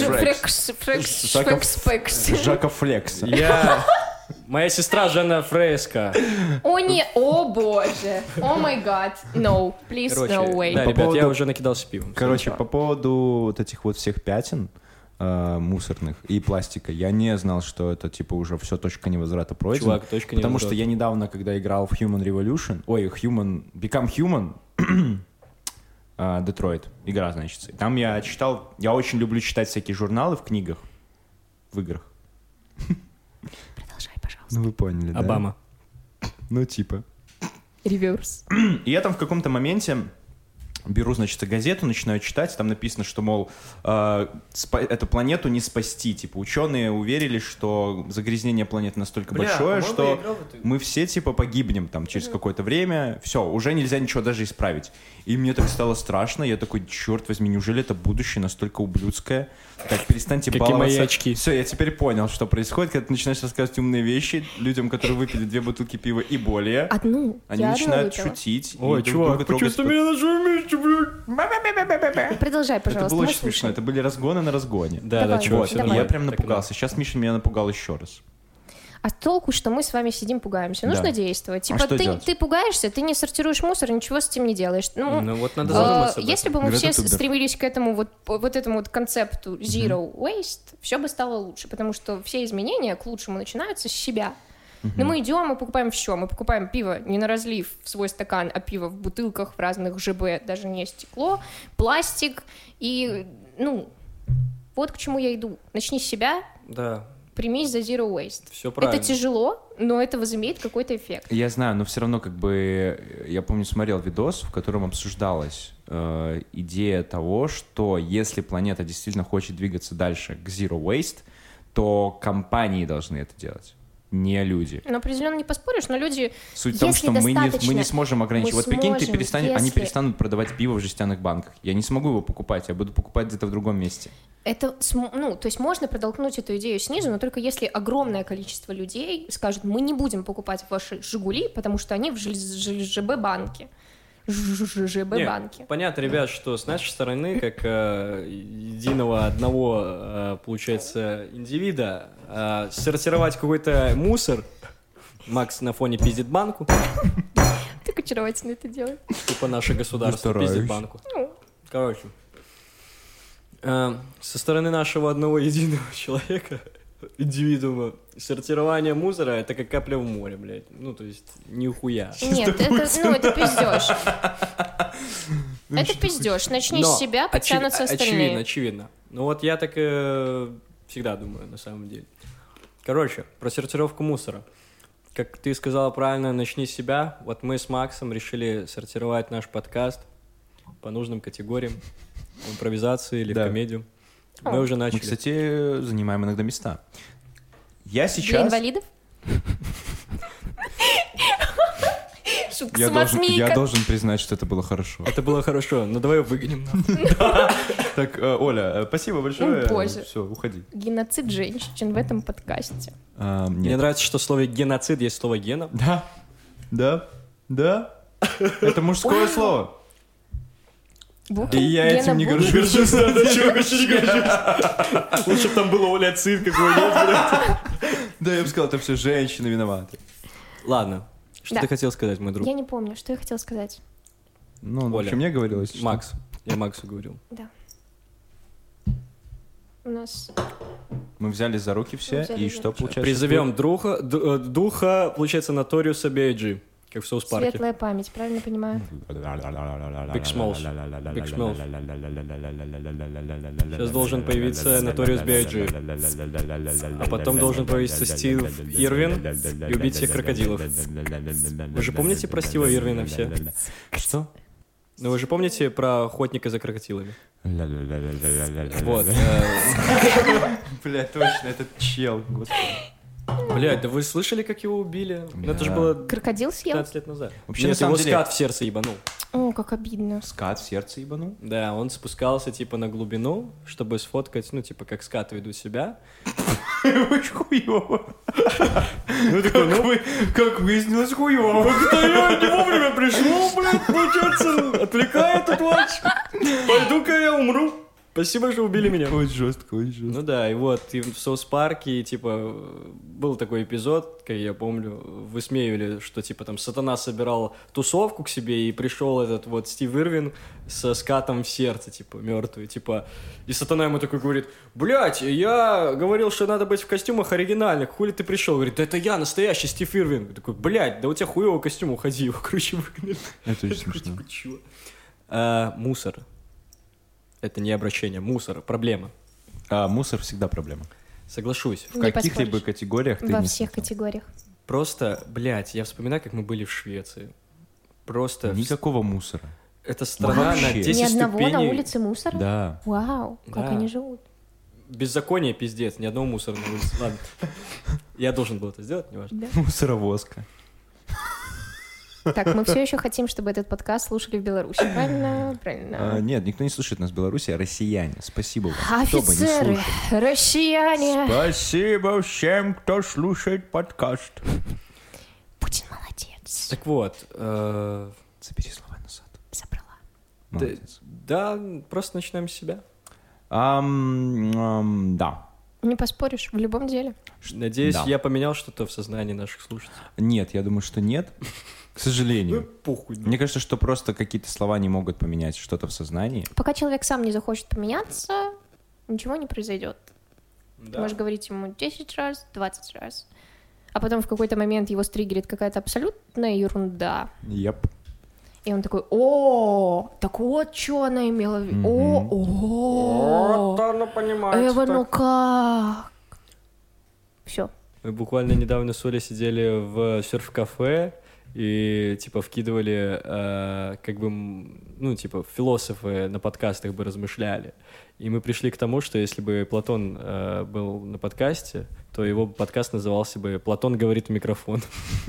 Фрекс. Жака Флекс. Я... Моя сестра Жанна Фреско. О, не, о боже. О май гад. No, please, Короче, no way. да, По ребят, я поводу- уже накидался пивом. Короче, по поводу вот этих вот всех пятен мусорных и пластика, я не знал, что это типа уже все, точка невозврата пройдена. Чувак, точка Потому что невозврата. я недавно, когда играл в Human Revolution, Become Human, Detroit, игра, значит. Там я читал, я очень люблю читать всякие журналы в книгах, в играх. Продолжай, пожалуйста. Ну вы поняли, да? Обама. Ну типа. Реверс. И я там в каком-то моменте беру, значит, газету, начинаю читать, там написано, что, мол, эту планету не спасти. Типа, ученые уверились, что загрязнение планеты настолько большое, что мы все, типа, погибнем там через какое-то время. Все, уже нельзя ничего даже исправить. И мне так стало страшно. Я такой, черт возьми, неужели это будущее настолько ублюдское? Так, перестаньте Какие баловаться. мои очки. Все, я теперь понял, что происходит, когда ты начинаешь рассказывать умные вещи людям, которые выпили 2 бутылки пива и более. Одну. Они Я начинают одну выпила. шутить. Ой, и друг чувак, друга трогать почувствуй меня на своем месте, блядь. Продолжай, Это пожалуйста. было мы очень смешно. слушаем. Это были разгоны на разгоне. Да, Давай, да, чувак, вот, всё давай. И я нормально. прям Так и напугался. Сейчас Миша меня напугал еще раз. А толку, что мы с вами сидим, пугаемся? Нужно Да. действовать. А Типа, что делать? ты пугаешься, ты не сортируешь мусор, ничего с этим не делаешь. Ну вот надо задуматься. об этом. Если бы мы Грета все Тунберг. стремились к этому вот этому вот концепту zero waste, все бы стало лучше, потому что все изменения к лучшему начинаются с себя. Но мы идем и покупаем все. Мы покупаем пиво не на разлив в свой стакан, а пиво в бутылках в разных ЖБ, даже не стекло, пластик. И, вот к чему я иду. Начни с себя, Да, примись за zero waste. все правильно. Это тяжело, но это возымеет какой-то эффект. Я знаю, но все равно как бы... Я помню, смотрел видос, в котором обсуждалась идея того, что если планета действительно хочет двигаться дальше к zero waste, то компании должны это делать, не люди. Но определенно не поспоришь, но люди... Суть в том, если что мы достаточно, не сможем ограничить. мы Вот прикинь, сможем, они если- перестанут продавать пиво в жестяных банках. Я не смогу его покупать, я буду покупать где-то в другом месте. Это, то есть можно протолкнуть эту идею снизу, но только если огромное количество людей скажут, мы не будем покупать ваши «Жигули», потому что они в ЖБ-банке. Не, ЖБ-банке. понятно, ребят, что с нашей стороны, как единого одного, получается, индивида, сортировать какой-то мусор, Макс на фоне пиздит банку, Так очаровательно это делает. типа наше государство стараюсь. пиздит банку. Ну, Короче, со стороны нашего одного единого человека, индивидуума, сортирование мусора — это как капля в море, блядь. Ну, то есть, нихуя. нет, это пиздеж. Это пиздеж. Начни Но с себя, подтянутся остальные. Очевидно. Ну вот я так всегда думаю, на самом деле. Короче, про сортировку мусора. Как ты сказала правильно, начни с себя. Вот мы с Максом решили сортировать наш подкаст по нужным категориям. В импровизации или в Да. комедию. Мы О. уже Мы, начали. кстати, занимаем иногда места. Я Для сейчас... инвалидов? Шутка Я самосмейка. должен признать, что это было хорошо. Это было хорошо, но давай выгоним. Так, Оля, спасибо большое. О, боже. Все, уходи. Геноцид женщин в этом подкасте. Мне Нет. нравится, что в слове геноцид есть слово гена. Да. Это мужское слово. Букин, И я Гена этим не Букин. горжусь. Чего вообще не горжусь? Лучше бы там было Оля Цид какой-нибудь, блядь. Да, я бы сказал, это все женщины виноваты. Ладно, что Да. ты хотел сказать, мой друг? Я не помню, что я хотела сказать. Ну, Оля. вообще мне говорилось. что- Макс. Я Максу говорил. Да. У нас... Мы взяли за руки все, Мы взяли и за что руки. получается? Призовем духа, получается, Ноториуса B.I.G., как в Соус-парке. Светлая память, правильно понимаю? Big Smalls. Сейчас должен появиться Notorious B.I.G., а потом должен появиться Стив Ирвин и убить всех крокодилов. Вы же помните про Стива Ирвина все? Что? Ну вы же помните про охотника за крокодилами? Вот. Бля, точно, этот чел, господи. Блядь, да вы слышали, как его убили? Ну это же было Крокодил съел? 15 лет назад. Вообще, Нет, на самом его деле- скат в сердце ебанул. О, как обидно. Скат в сердце ебанул? Да, он спускался, типа, на глубину, чтобы сфоткать, ну, типа, как скат ведут себя. Очень хуёво. Ну, такой, Как выяснилось, хуёво. да я не вовремя пришел, блядь, получается, отвлекает от вас. Пойду-ка я умру. Спасибо, что убили меня. Очень жестко, очень жестко. Ну да, и вот, и в Соус-парке, типа, был такой эпизод, как я помню, высмеивали, что, типа, там, сатана собирал тусовку к себе, и пришел этот вот Стив Ирвин со скатом в сердце, типа, мертвый, типа, и сатана ему такой говорит: блядь, я говорил, что надо быть в костюмах оригинальных, хули ты пришел? Говорит: да это я, настоящий Стив Ирвин. Такой: блядь, да у тебя хуёвый костюм, уходи, его, короче, выгнали. Это Я очень такой, смешно. типа, чё? Мусор. Это не обращение, мусор, проблема. Мусор всегда проблема. Соглашусь. В Не каких-либо поспоришь. категориях ты Во не всех смотрел. категориях. Просто, блядь, я вспоминаю, как мы были в Швеции. Просто... Никакого мусора. Это страна на Вообще. 10 Ни одного ступеней. на улице мусора? Да. Вау, как Да. они живут. Беззаконие, пиздец. Ни одного мусора на улице. Ладно. Я должен был это сделать, неважно. Мусоровозка. Так, мы все еще хотим, чтобы этот подкаст слушали в Беларуси. Правильно? Правильно. Нет, никто не слушает нас в Беларуси, а россияне. Спасибо вам. кто бы не Офицеры, слушал. россияне. Спасибо всем, кто слушает подкаст. Путин молодец. Так вот, Забери слова назад. Забрала. Молодец. да, просто начинаем с себя. Да. Не поспоришь, в любом деле. Надеюсь, Да. я поменял что-то в сознании наших слушателей. Нет, я думаю, что нет. К сожалению. Похуй. Мне кажется, что просто какие-то слова не могут поменять что-то в сознании. Пока человек сам не захочет поменяться, ничего не произойдет. Ты можешь говорить ему 10 раз, 20 раз. А потом в какой-то момент его стригерит какая-то абсолютная ерунда. Яп. И он такой: о, так вот, что она имела в виду. О, она понимает. Эва, ну как? Все. Мы буквально недавно с Олей сидели в серф-кафе и, типа, вкидывали, как бы, ну, типа, философы на подкастах бы размышляли. И мы пришли к тому, что если бы Платон был на подкасте, то его подкаст назывался бы «Платон говорит в микрофон».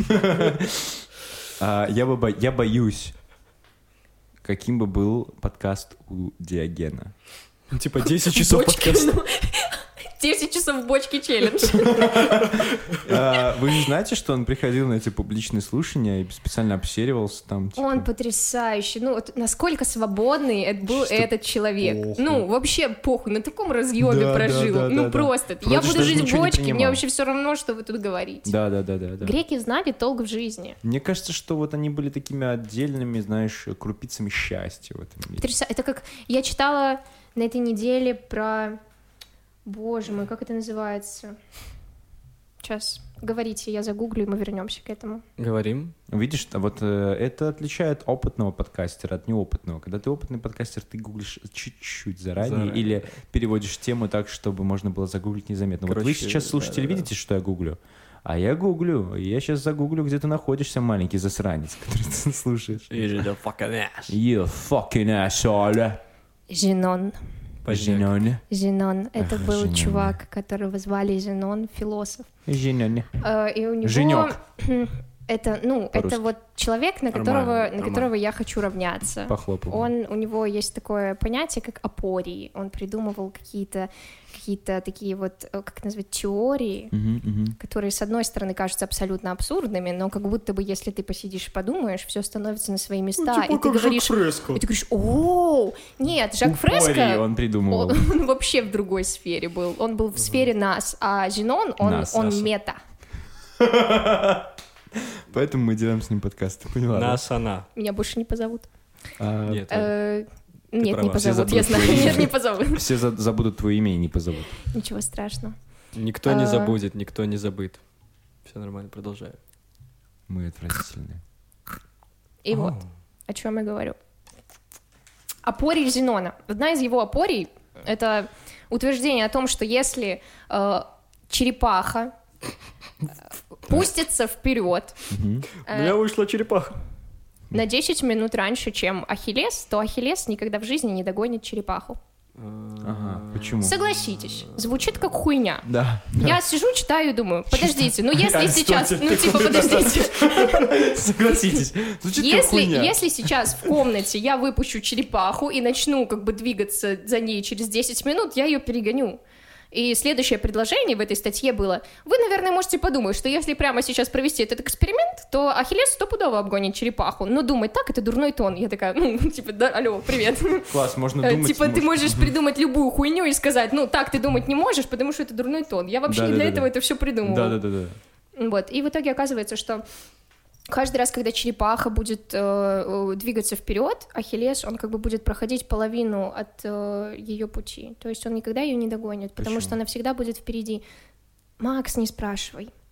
Я боюсь, каким бы был подкаст у Диогена. Типа 10 часов подкаста. 10 часов в бочке челлендж. Вы же знаете, что он приходил на эти публичные слушания и специально обсеривался там? типа? Он потрясающий. Ну, вот насколько свободный это был Что этот человек. похуй. Ну, вообще похуй. На таком разъеме Да, прожил. да, да, Ну, да. просто. Вроде Я ж буду даже жить в ничего не бочке, мне принимал. вообще все равно, что вы тут говорите. Да. Греки знали толк в жизни. Мне кажется, что вот они были такими отдельными, знаешь, крупицами счастья в этом мире. Это как... Я читала на этой неделе про... Боже мой, как это называется? Сейчас говорите, я загуглю, и мы вернемся к этому. Говорим. Видишь, вот это отличает опытного подкастера от неопытного. Когда ты опытный подкастер, ты гуглишь чуть-чуть заранее или переводишь тему так, чтобы можно было загуглить незаметно. Вот вы Короче, сейчас, слушатели, да. видите, что я гуглю? А я гуглю. Я сейчас загуглю, где ты находишься, маленький засранец, который ты слушаешь. Или the fucking ass. You fucking asshole. Зенон. Зенон. Зенон. Это Ах, был Зенон. чувак, которого звали Зенон, философ. Зенон. И у него... Женёк. Это, ну, По-русски. это вот человек, на Нормально. которого я хочу равняться. Похлопал. У него есть такое понятие, как апории. Он придумывал какие-то такие вот, как назвать, теории, которые, с одной стороны, кажутся абсолютно абсурдными, но как будто бы, если ты посидишь и подумаешь, все становится на свои места. И ты говоришь, о, нет, Жак Фреско, Он придумывал. он вообще в другой сфере был. Он был в сфере нас, а Зенон, он мета. Поэтому мы делаем с ним подкаст. Ты поняла? да? Нас-она. Меня больше не позовут. Нет. Нет, права. не Все позовут, я забудут знаю, твои нет, имя. не позовут. Все забудут твое имя и не позовут. Ничего страшного. Никто не забудет, никто не забыт. Все нормально, продолжаю. Мы отвратительные. И вот, о чем я говорю. Апорий Зенона. Одна из его апорий — это утверждение о том, что если черепаха пустится вперед У меня вышла черепаха. на 10 минут раньше, чем Ахиллес, то Ахиллес никогда в жизни не догонит черепаху. Ага, почему? Согласитесь, звучит как хуйня. Да. Я сижу, читаю и думаю, подождите, ну если сейчас, ну типа подождите, Согласитесь. Звучит как хуйня. если сейчас в комнате я выпущу черепаху и начну как бы двигаться за ней через 10 минут, я ее перегоню. И следующее предложение в этой статье было: вы, наверное, можете подумать, что если прямо сейчас провести этот эксперимент, то Ахиллес стопудово обгонит черепаху. Но думать так — это дурной тон. Я такая, ну, типа, да, алло, привет. Класс, можно думать. Типа, ты можешь придумать любую хуйню и сказать, ну, так ты думать не можешь, потому что это дурной тон. Я вообще не для этого это все придумывала. Да. Вот, и в итоге оказывается, что каждый раз, когда черепаха будет двигаться вперед, Ахиллес, он как бы будет проходить половину от ее пути. То есть он никогда ее не догонит, потому Почему? что она всегда будет впереди. Макс, не спрашивай.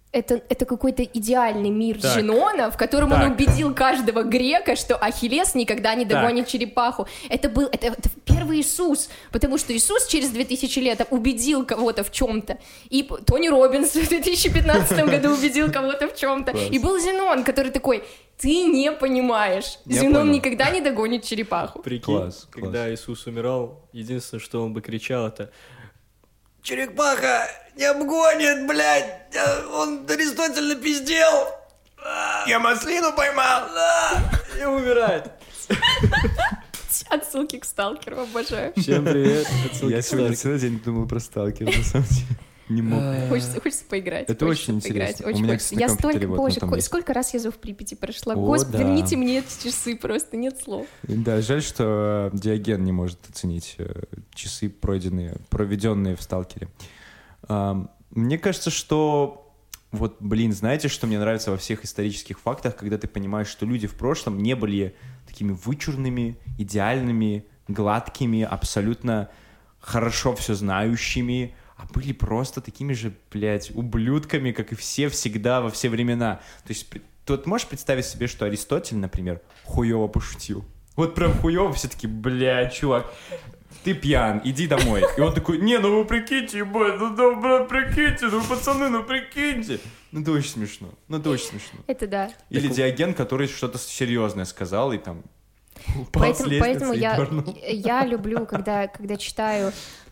Это какой-то идеальный мир Так. Зенона, в котором Так. он убедил каждого грека, что Ахиллес никогда не догонит черепаху. Это первый Иисус, потому что Иисус через 2000 лет убедил кого-то в чем-то. И Тони Роббинс в 2015 году убедил кого-то в чем-то. И был Зенон, который такой: ты не понимаешь, Я Зенон понял. никогда не догонит черепаху. Прикинь, Класс, когда Иисус умирал, единственное, что он бы кричал, это «Черепаха не обгонит, блядь! Он Аристотель напиздел! Я маслину поймал! И умирает!» Отсылки к Сталкеру, обожаю. Всем привет, отсылки Я к сегодня Сталкеру. целый день думал про сталкер, на самом деле. Не мог. Хочется поиграть. Это хочется очень поиграть, интересно. очень У меня, хочется. кстати, Я на компьютере столько, вот боже, там есть. сколько раз я в Припяти прошла. О, Господи, да. верните мне эти часы, просто нет слов. Да, жаль, что Диоген не может оценить часы, проведенные в сталкере. Мне кажется, что вот, знаете, что мне нравится во всех исторических фактах, когда ты понимаешь, что люди в прошлом не были такими вычурными, идеальными, гладкими, абсолютно хорошо все знающими, а были просто такими же, ублюдками, как и все всегда во все времена. То есть ты можешь представить себе, что Аристотель, например, хуёво пошутил? Вот прям хуёво, все таки чувак, ты пьян, иди домой. И он такой: не, ну вы прикиньте, ебать, прикиньте, пацаны, прикиньте. Это очень смешно, Это да. Или Диоген, который что-то серьезное сказал и там упал с лестницы Поэтому и дёрнул. я люблю, когда читаю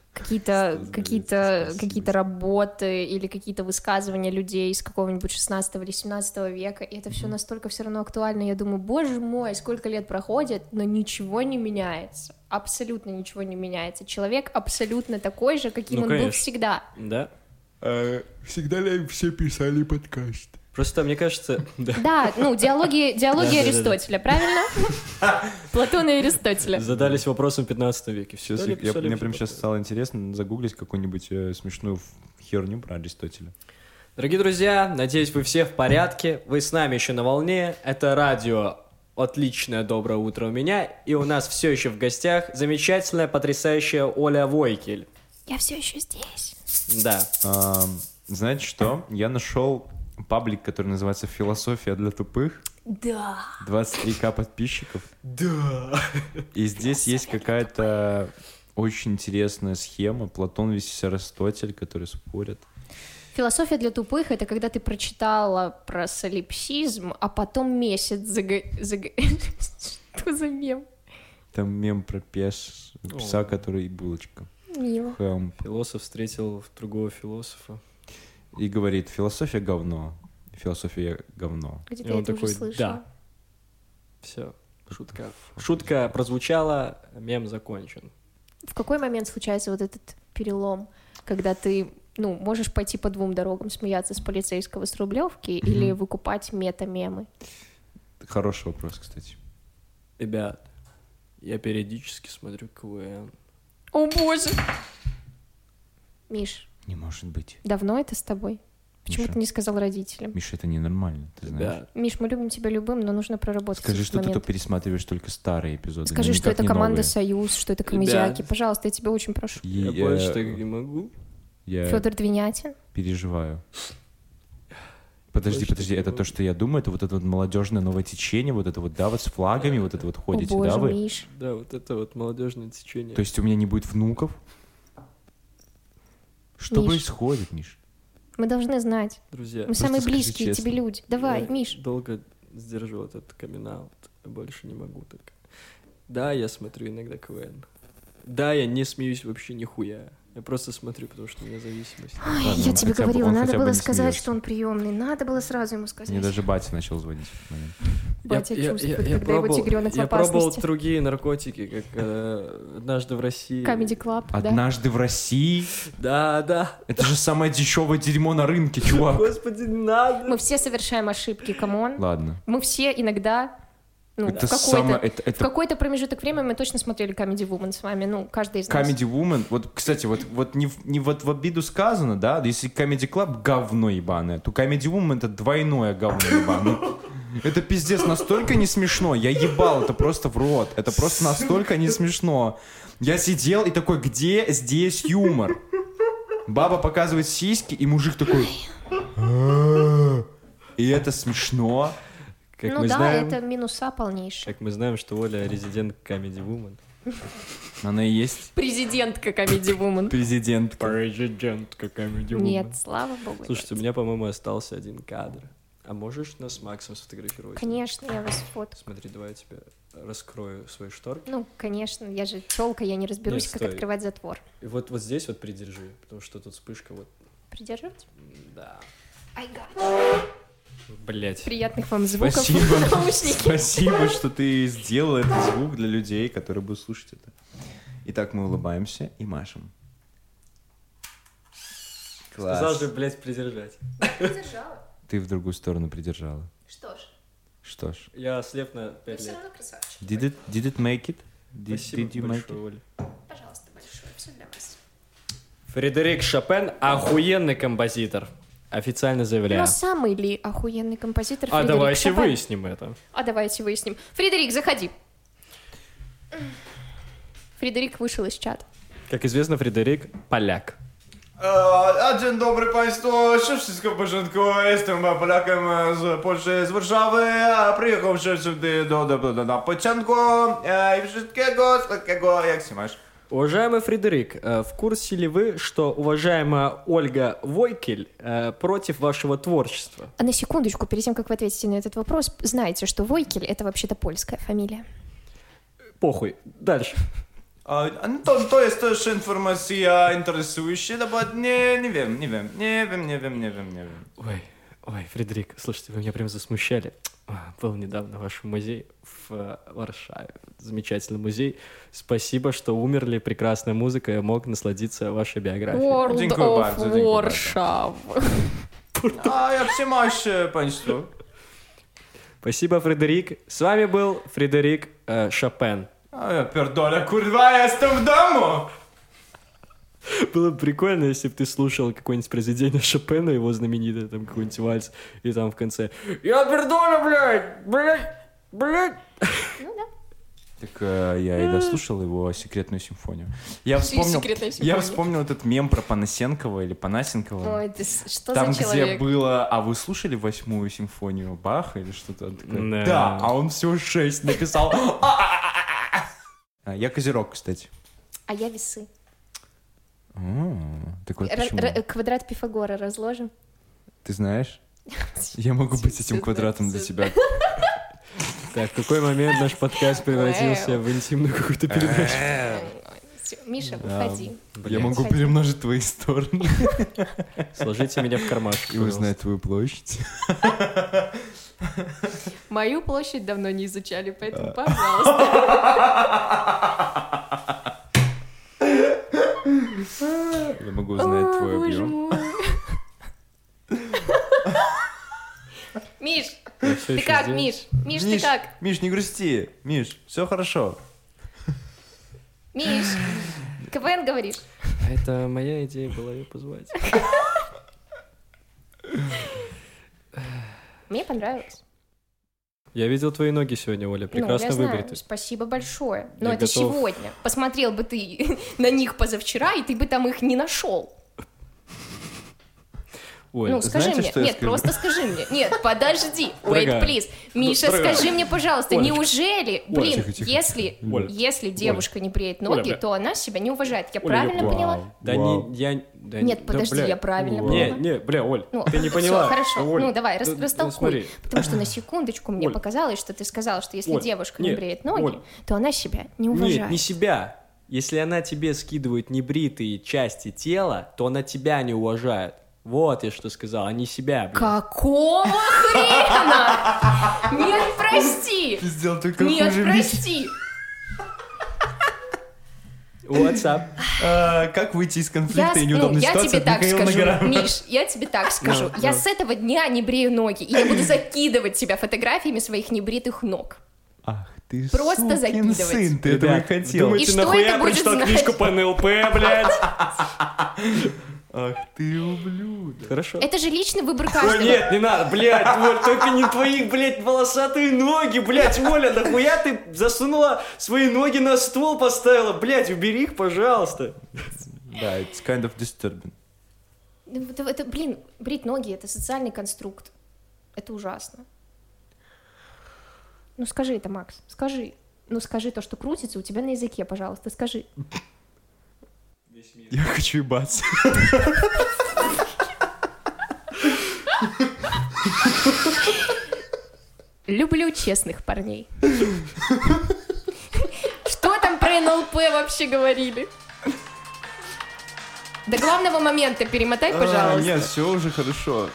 какие-то работы или какие-то высказывания людей из какого-нибудь 16 или 17 века, и это все настолько все равно актуально. Я думаю, боже мой, сколько лет проходит, но ничего не меняется. Абсолютно ничего не меняется. Человек абсолютно такой же, каким он был конечно. всегда. Да. Всегда ли все писали подкаст? Просто, мне кажется... Да. Да, диалоги Да-да-да. Аристотеля, правильно? Платона и Аристотеля. Задались вопросом в 15 веке. Сейчас, Писали, писали, мне прям писали. сейчас стало интересно загуглить какую-нибудь смешную херню про Аристотеля. Дорогие друзья, надеюсь, вы все в порядке. Вы с нами еще на волне. Это радио «Отличное доброе утро» у меня. И у нас все еще в гостях замечательная, потрясающая Оля Войкель. Я все еще здесь. Да. Знаете что? Я нашел паблик, который называется «Философия для тупых». Да. 23к подписчиков. Да. И здесь есть какая-то очень интересная схема. Платон весь Аристотель, которые спорят. Философия для тупых — это когда ты прочитала про солипсизм, а потом месяц Что за мем? Там мем про пса, который и булочка. Мило. Философ встретил другого философа. И говорит: философия говно. Философия говно. Где-то И я он это уже такой: слышала. да. Все. Шутка. Шутка прозвучала, мем закончен. В какой момент случается вот этот перелом, когда ты, можешь пойти по двум дорогам: смеяться с полицейского с Рублевки или выкупать мета-мемы? Хороший вопрос, кстати. Ребят, я периодически смотрю КВН. О боже! Миш, Не может быть. давно это с тобой? Почему Миша. ты не сказал родителям? Миша, это ненормально, ты знаешь. Ребят, Миш, мы любим тебя любым, но нужно проработать Скажи, этот что ты момент. то пересматриваешь только старые эпизоды. Скажи, но что никак это не команда новые. «Союз», что это комедиаки. Ребят. Пожалуйста, я тебя очень прошу. я больше так не могу. Я Федор Двинятин. переживаю. Подожди, Больше это не то, что я думаю, это вот это вот молодежное новое течение, вот это вот, да, вот с флагами, вот это вот ходите, О боже, да, вы? Миш. Да, вот это вот молодежное течение. То есть у меня не будет внуков? Что Миш. происходит, Миш? Мы должны знать. Друзья, Мы самые скажи близкие честно. тебе люди. Давай, я Миш. долго сдерживал этот камин-аут. Я больше не могу так. Да, я смотрю иногда КВН. Да, я не смеюсь вообще нихуя. Я просто смотрю, потому что у меня зависимость. Ой, Ладно, я он тебе хотя бы- говорила, он надо хотя бы было не сказать, смеется. что он приемный. Надо было сразу ему сказать. Мне даже батя начал звонить в этот момент. Батя чувствует, когда его тигренок в я пробовал опасности. другие наркотики, как однажды в России. Comedy Club, да. Однажды в России? Да. Это же самое дешевое дерьмо на рынке, чувак. Господи, надо. Мы все совершаем ошибки, камон. Ладно. Мы все иногда, Это в самое... какой-то в какой-то промежуток времени мы точно смотрели Comedy Woman с вами, каждый из нас. Comedy Woman, вот, кстати, вот не в обиду сказано, да, если Comedy Club говно ебаное, то Comedy Woman это двойное говно ебаное. Это пиздец, настолько не смешно, я ебал, это просто в рот, это просто настолько не смешно. Я сидел и такой: где здесь юмор? Баба показывает сиськи, и мужик такой: И это смешно. Как Ну мы да, знаем, это минуса полнейшие. как мы знаем, что Оля резидент Comedy Woman. Она и есть Президентка Comedy Woman. президент. Президентка Comedy Woman. Нет, слава богу. Слушайте, у нет. меня, по-моему, остался один кадр. А можешь нас с Максом сфотографировать? Конечно, я вас фото. Смотри, давай я тебе раскрою свои шторки. Ну, конечно, я же тёлка, я не разберусь, Нет, как стой. открывать затвор. И вот здесь вот придержи, потому что тут вспышка вот... Придерживать? Да. I got it. Блять. Приятных вам звуков Спасибо. в наушники. Спасибо, что ты сделал этот звук для людей, которые будут слушать это. Итак, мы улыбаемся и машем. Класс. Сказал же, блять, придержать. Держала. Ты в другую сторону придержала. Что ж, Что ж. Я слеп на вы 5 все лет. равно красавчик. Did it make it? Спасибо Did you make большое, it? Оля. Пожалуйста, большое, все для вас. Фредерик Шопен — охуенный композитор. Официально заявляю. Но самый ли охуенный композитор А Фредерик давайте Шопен? выясним это. А давайте выясним. Фредерик, заходи. Фредерик вышел из чата. Как известно, Фредерик — поляк. Dzień dobry Państwu, wszystko w porządku, jestem Polakiem z Polski, z Warszawy, przyjechał сюда do pociągu и wszystkiego słodkiego, jak się masz? Уважаемый Фредерик, в курсе ли вы, что уважаемая Ольга Войкель против вашего творчества? А на секундочку, перед тем, как вы ответите на этот вопрос, знаете, что Войкель — это вообще-то польская фамилия. Похуй. Дальше. No to jest też informacja interesuющая, bo nie wiem. Ой, Фредерик, слушайте, вы меня прям засмущали. Был недавно в вашем музее в Варшаве. Замечательный музей. Спасибо, что умерли. Прекрасная музыка. Я мог насладиться вашей биографией. World Dziękuję of bardzo, dziękuję Warsaw. Jak się masz Państwo? Спасибо, Фредерик. С вами был Фредерик Шопен. Ja pierdolę, kurwa, ja jestem w domu! Было бы прикольно, если бы ты слушал какое-нибудь произведение Шопена, его знаменитое, там какой-нибудь вальс, и там в конце «Я пердоля, блядь!» Ну да. Так я и дослушал его секретную симфонию. Я Секретная симфония. вспомнил этот мем про Панасенкова или Панасенкова. Ой, что Там, за где человек? было, а вы слушали 8-ю симфонию Баха или что-то такое? Да. Да, а он всего 6 написал. Я Козерог, кстати. А я весы. Так вот почему? Квадрат Пифагора разложим. Ты знаешь? Я могу быть этим квадратом для тебя. Так, в какой момент наш подкаст превратился в интимную какую-то передачу? Всё, Миша, уходи. Я могу Кстати. перемножить твои стороны Сложите меня в кармашек, и узнать твою площадь. Мою площадь давно не изучали, поэтому, пожалуйста. Я могу узнать твой Боже объем. мой. Миш, Я всё ты ещё как, здесь. Миш? Миш, ты как? Миш, не грусти. Миш, все хорошо. Миш, КВН говоришь? Это моя идея была ее позвать. Мне понравилось. Я видел твои ноги сегодня, Оля, прекрасно Ну, я выбриты. знаю, спасибо большое. Но Я это готов. сегодня. Посмотрел бы ты на них позавчера, и ты бы там их не нашел. Оль, Ну, скажи знаете, мне. что я Нет, скажу? просто скажи мне. Нет, подожди. Дорогая. Wait, please. Миша, Дорогая. скажи мне, пожалуйста, Олечка. неужели, блин, Тихо, тихо, если, Оля. если девушка не бреет Оля, ноги, бля. то она себя не уважает. Я Оля, правильно я- поняла? Да Вау. не, я... да Нет, да, подожди, бля. я правильно Не, поняла. не, бля, Оль, Ну, ты не всё, поняла. хорошо. Оль, Ну, давай, да- да растолкуй. смотри. Потому что на секундочку мне Оль. показалось, что ты сказал, что если Оль, девушка не нет, бреет ноги, Оль. то она себя не уважает. Нет, не себя. Если она тебе скидывает небритые части тела, то она тебя не уважает. Вот я что сказал, а не себя, блин. Какого хрена? Нет, прости! Ты сделал только Нет, хуже, Миш. прости! What's up? Как выйти из конфликта и неудобной я ситуации тебе от так Михаила скажу, Нагорова? Миш, я тебе так скажу. Я с этого дня не брею ноги, и я буду закидывать тебя фотографиями своих небритых ног. Ах ты, Просто сукин закидывать. сын, ты этого и Ребят, хотел. думаете, И что нахуя это я будет прочитал значить? книжку по НЛП, блядь? Ах ты, ублюдок. Хорошо. Это же личный выбор каждого. Ой, нет, не надо, блядь, Оль, только не твои, блядь, волосатые ноги, блядь, Оля, нахуя ты засунула свои ноги на стол, поставила, блядь, убери их, пожалуйста. Да, it's kind of disturbing. Блин, брить ноги — это социальный конструкт. Это ужасно. Ну скажи это, Макс, скажи. Ну скажи то, что крутится у тебя на языке, пожалуйста, скажи. Я хочу ебаться. Люблю честных парней. Что там про НЛП вообще говорили? До главного момента перемотай, пожалуйста. Нет, все уже хорошо.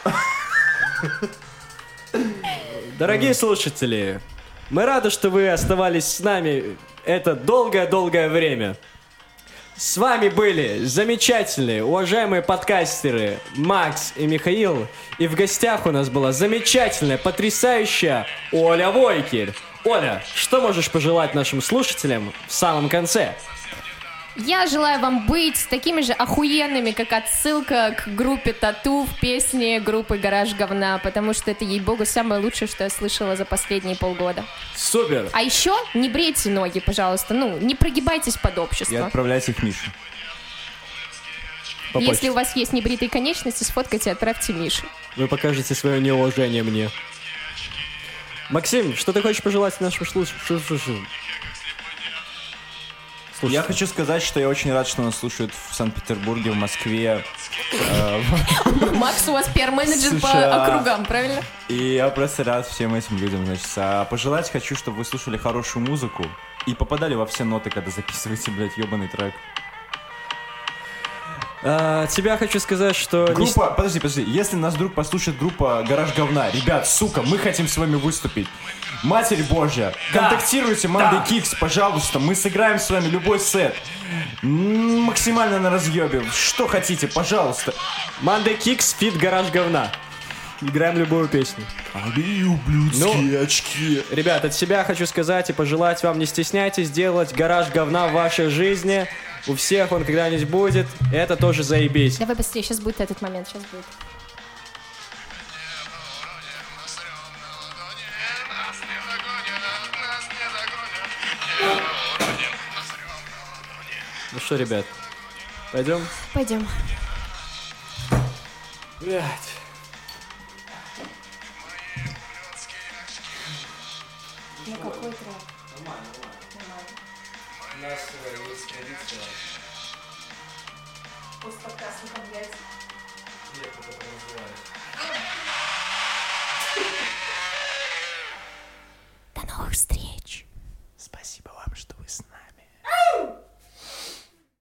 Дорогие слушатели, мы рады, что вы оставались с нами это долгое-долгое время. С вами были замечательные, уважаемые подкастеры Макс и Михаил. И в гостях у нас была замечательная, потрясающая Оля Войкель. Оля, что можешь пожелать нашим слушателям в самом конце? Я желаю вам быть такими же охуенными, как отсылка к группе Тату в песне группы «Гараж говна», потому что это, ей-богу, самое лучшее, что я слышала за последние полгода. Супер! А еще не брейте ноги, пожалуйста, ну, не прогибайтесь под И общество. отправляйте их Мише. По Если почте. у вас есть небритые конечности, сфоткайте и отправьте Мише. Вы покажете свое неуважение мне. Максим, что ты хочешь пожелать нашим слушателям? Я хочу сказать, что я очень рад, что нас слушают в Санкт-Петербурге, в Москве. Макс у вас пиар-менеджер по США. округам, правильно? И я просто рад всем этим людям, значит. А пожелать хочу, чтобы вы слушали хорошую музыку и попадали во все ноты, когда записываете, блядь, ебаный трек. Тебя хочу сказать, что... Группа, подожди, если нас вдруг послушает группа «Гараж говна», ребят, сука, мы хотим с вами выступить. Матерь Божья, контактируйте Monday Kicks, пожалуйста, мы сыграем с вами любой сет. Максимально на разъебе, что хотите, пожалуйста. Monday Kicks Fit Гараж говна. Играем любую песню. Ублюдские очки. Ребят, от себя хочу сказать и пожелать вам, не стесняйтесь делать гараж говна в вашей жизни. У всех он когда-нибудь будет. Это тоже заебись. Давай быстрее, сейчас будет этот момент, сейчас будет. Ну что, ребят, пойдем? Пойдем. Блять. Ну какой трек? У нас есть традиция. После подкаста